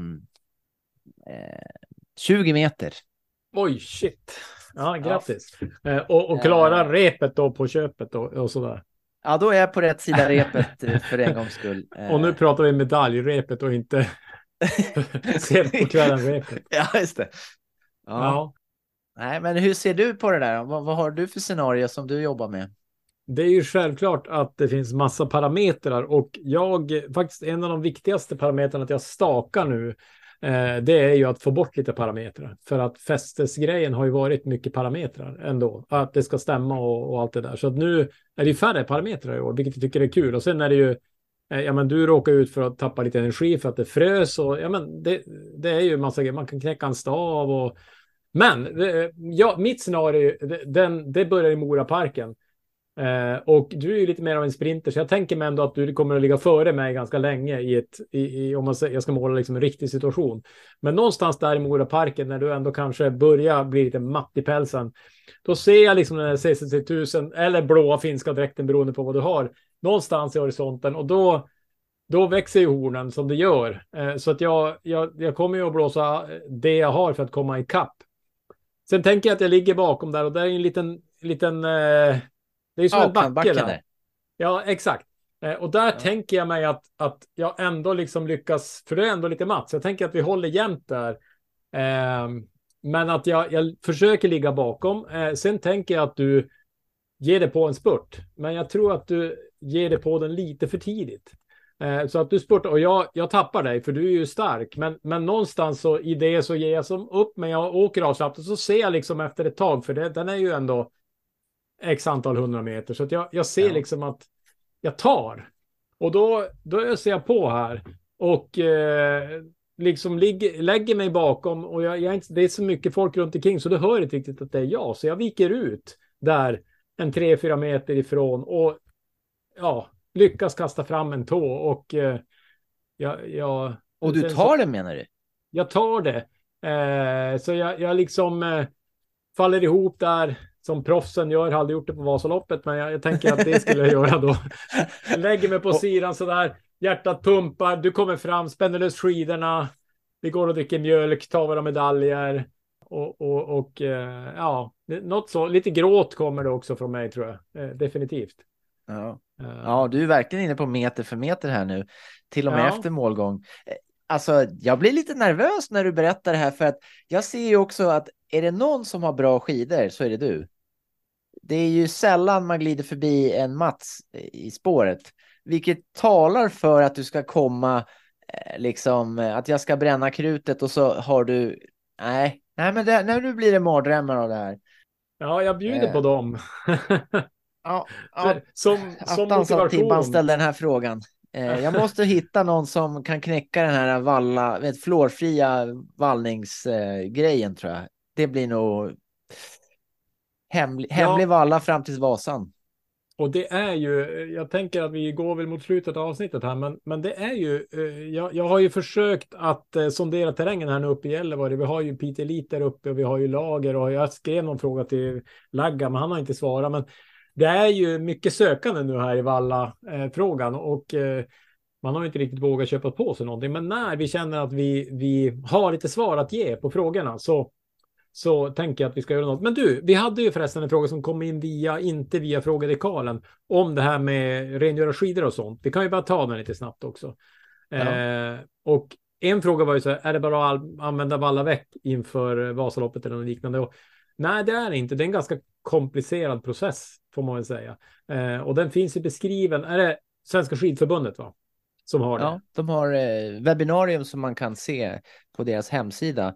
tjugo meter. Oj, shit. Ja, grattis. Ja. Eh, och, och klara repet då på köpet då, och sådär. Ja, då är jag på rätt sida repet för en gångs skull. Och nu pratar vi medaljrepet och inte sent på kvällen repet. Ja, just det. Ja. Ja. Nej, men hur ser du på det där? Vad, vad har du för scenario som du jobbar med? Det är ju självklart att det finns massa parametrar och jag, faktiskt en av de viktigaste parametrarna att jag stakar nu, eh, det är ju att få bort lite parametrar. För att fästesgrejen har ju varit mycket parametrar ändå. Att det ska stämma och, och allt det där. Så att nu är det färre parametrar i år, vilket jag tycker är kul. Och sen är det ju, eh, ja men du råkar ut för att tappa lite energi för att det frös. Och ja men det, det är ju massa grejer, man kan knäcka en stav och... Men, ja, mitt scenario, den, det börjar i Moraparken. Eh, och du är ju lite mer av en sprinter, så jag tänker mig ändå att du kommer att ligga före mig ganska länge i ett, i, i, om man säger, jag ska måla liksom en riktig situation. Men någonstans där i Moraparken, när du ändå kanske börjar bli lite matt i pälsen, då ser jag liksom den här C C C tusen eller blåa finska dräkten beroende på vad du har, någonstans i horisonten, och då Då växer ju hornen som det gör. Eh, så att jag, jag, jag kommer ju att blåsa det jag har för att komma i kapp. Sen tänker jag att jag ligger bakom där, och där är en liten, liten eh, det är ju som en backe där. där. Ja, exakt. Eh, och där ja. tänker jag mig att, att jag ändå liksom lyckas, för det är ändå lite matt. Så jag tänker att vi håller jämnt där. Eh, men att jag, jag försöker ligga bakom. Eh, sen tänker jag att du ger det på en spurt. Men jag tror att du ger det på den lite för tidigt. Så att du spurtar, och jag, jag tappar dig för du är ju stark, men, men någonstans så i det så ger jag som upp, men jag åker avslappnat, och så ser jag liksom efter ett tag, för det, den är ju ändå x antal hundra meter, så att jag, jag ser ja. liksom att jag tar, och då, då öser jag på här och eh, liksom ligger, lägger mig bakom, och jag, jag inte, det är så mycket folk runt omkring så det hör inte riktigt att det är jag, så jag viker ut där en tre fyra meter ifrån och ja, lyckas kasta fram en tå, och eh, jag, jag... Och du tar så, det, menar du? Jag tar det. Eh, så jag, jag liksom eh, faller ihop där som proffsen gör. Jag har aldrig gjort det på Vasaloppet, men jag, jag tänker att det skulle jag göra då. Jag lägger mig på sidan så där. Hjärtat pumpar. Du kommer fram, spänner lös skidorna. Vi går och dricker mjölk, tar våra medaljer. Och, och, och eh, ja, något så. Lite gråt kommer det också från mig, tror jag. Eh, definitivt. Ja. ja, du är verkligen inne på meter för meter här nu. Till och med ja. efter målgång. Alltså, jag blir lite nervös när du berättar det här, för att jag ser ju också att är det någon som har bra skidor så är det du. Det är ju sällan man glider förbi en Mats i spåret, vilket talar för att du ska komma liksom, att jag ska bränna krutet, och så har du nej, nej men det, nu blir det mardrömmar av det här. Ja, jag bjuder eh. på dem. Ja, ja, som, som motivation. Tibban ställde den här frågan. Eh, jag måste hitta någon som kan knäcka den här valla, vet, flårfria vallningsgrejen, eh, tror jag. Det blir nog hemlig, ja. hemlig valla fram till Vasan. Och det är ju, jag tänker att vi går väl mot slutet av avsnittet här, men, men det är ju, eh, jag, jag har ju försökt att eh, sondera terrängen här nu uppe i Gällivare. Vi har ju Peter Lit där uppe och vi har ju Lager, och jag skrev någon fråga till Lagga, men han har inte svarat, men det är ju mycket sökande nu här i Valla-frågan, eh, och eh, man har inte riktigt vågat köpa på sig någonting. Men när vi känner att vi, vi har lite svar att ge på frågorna, så, så tänker jag att vi ska göra något. Men du, vi hade ju förresten en fråga som kom in via, inte via frågedekalen, om det här med rengöra skidor och sånt. Vi kan ju bara ta den lite snabbt också. Ja. Eh, och en fråga var ju så här, är det bara att använda Valla väck inför Vasaloppet eller något liknande? Och nej, det är det inte. Det är en ganska komplicerad process, får man väl säga. Eh, och den finns ju beskriven. Är det Svenska skidförbundet, va? Som har det? Ja, de har eh, webbinarium som man kan se på deras hemsida.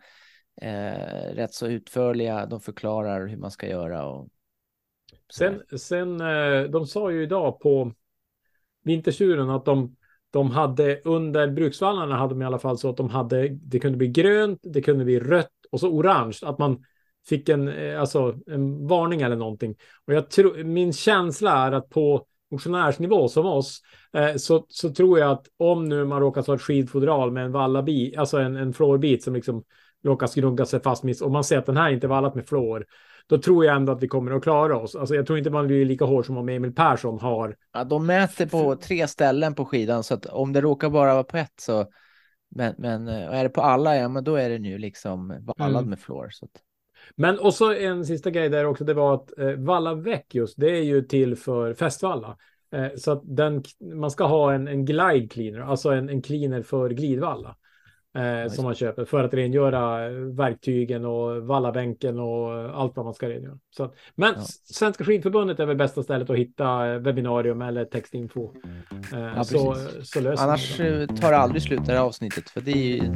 Eh, rätt så utförliga. De förklarar hur man ska göra. Och sen, sen eh, de sa ju idag på Vintertjuren att de, de hade under bruksvallarna hade de i alla fall så att de hade, det kunde bli grönt, det kunde bli rött och så orange. Att man fick en, alltså, en varning eller någonting. Och jag tror, min känsla är att på motionärsnivå som oss, eh, så, så tror jag att om nu man råkar ta ett skidfodral med en vallabit, alltså en, en flårbit som liksom råkar skrunka sig fast med, och man ser att den här inte är vallat med flår, då tror jag ändå att vi kommer att klara oss. Alltså jag tror inte man blir lika hård som om Emil Persson har. Ja, de mäter på tre ställen på skidan, så att om det råkar bara vara på ett så, men, men är det på alla, ja men då är det nu liksom vallad mm. med flår, så att... Men också en sista grej där också, det var att eh, Valla väck just, det är ju till för fästvalla. Eh, så att den, man ska ha en, en glide cleaner, alltså en, en cleaner för glidvalla. Eh, som man köper för att rengöra verktygen och vallabänken och allt vad man ska rengöra. Så att, men ja. Svenska skidförbundet är väl bästa stället att hitta webbinarium eller textinfo. Eh, ja, så, så löser annars tar det aldrig slut det här avsnittet, för det är ju,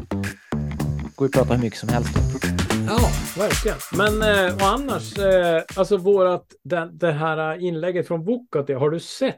går ju att prata hur mycket som helst. Ja, verkligen. Men eh, och annars, eh, alltså vårat, det, det här inlägget från Vuokatti, har du sett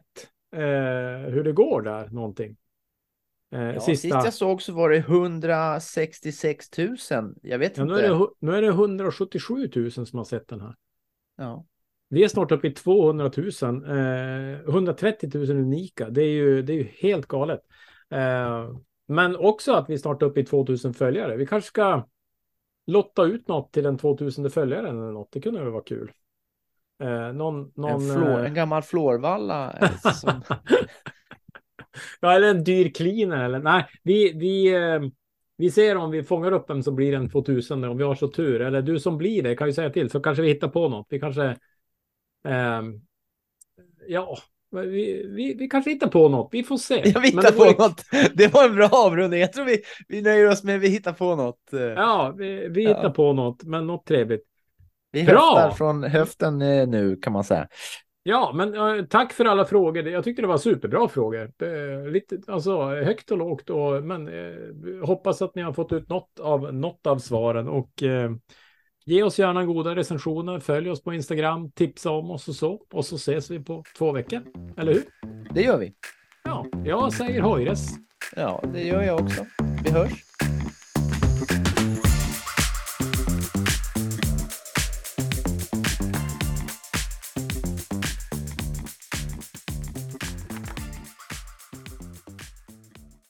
eh, hur det går där någonting? Eh, ja, sista... Sist jag såg så var det hundrasextiosex tusen. Jag vet ja, inte. Nu är, det, nu är det hundrasjuttiosju tusen som har sett den här. Ja. Vi är snart uppe i tvåhundratusen. Eh, hundratrettio tusen unika. Det är ju, det är ju helt galet. Eh, men också att vi snart är uppe i tvåtusen följare. Vi kanske ska lotta ut något till den tvåtusende följaren eller något. Det kunde väl vara kul. Eh, någon, någon, En, flår, eh... en gammal flårvalla. eh, Som... ja, eller en dyr cleaner. Eller... Nej, vi, vi, eh, vi ser om vi fångar upp en som blir en tvåtusende om vi har så tur. Eller du som blir det kan ju säga till. Så kanske vi hittar på något. Vi kanske... Eh, ja... Vi, vi, vi kanske hittar på något. Vi får se. Ja, vi hittar det på vore... något. Det var en bra avrundning. Jag tror vi, vi nöjer oss med att vi hittar på något. Ja, vi, vi Ja. hittar på något. Men något trevligt. Vi Bra! höftar från höften eh, nu kan man säga. Ja, men uh, tack för alla frågor. Jag tyckte det var superbra frågor. Uh, lite, alltså högt och lågt. Och, men uh, hoppas att ni har fått ut något av, något av svaren. Och uh, ge oss gärna goda recensioner. Följ oss på Instagram. Tipsa om oss och så. Och så ses vi på två veckor. Eller hur? Det gör vi. Ja, jag säger hojres. Ja, det gör jag också. Vi hörs.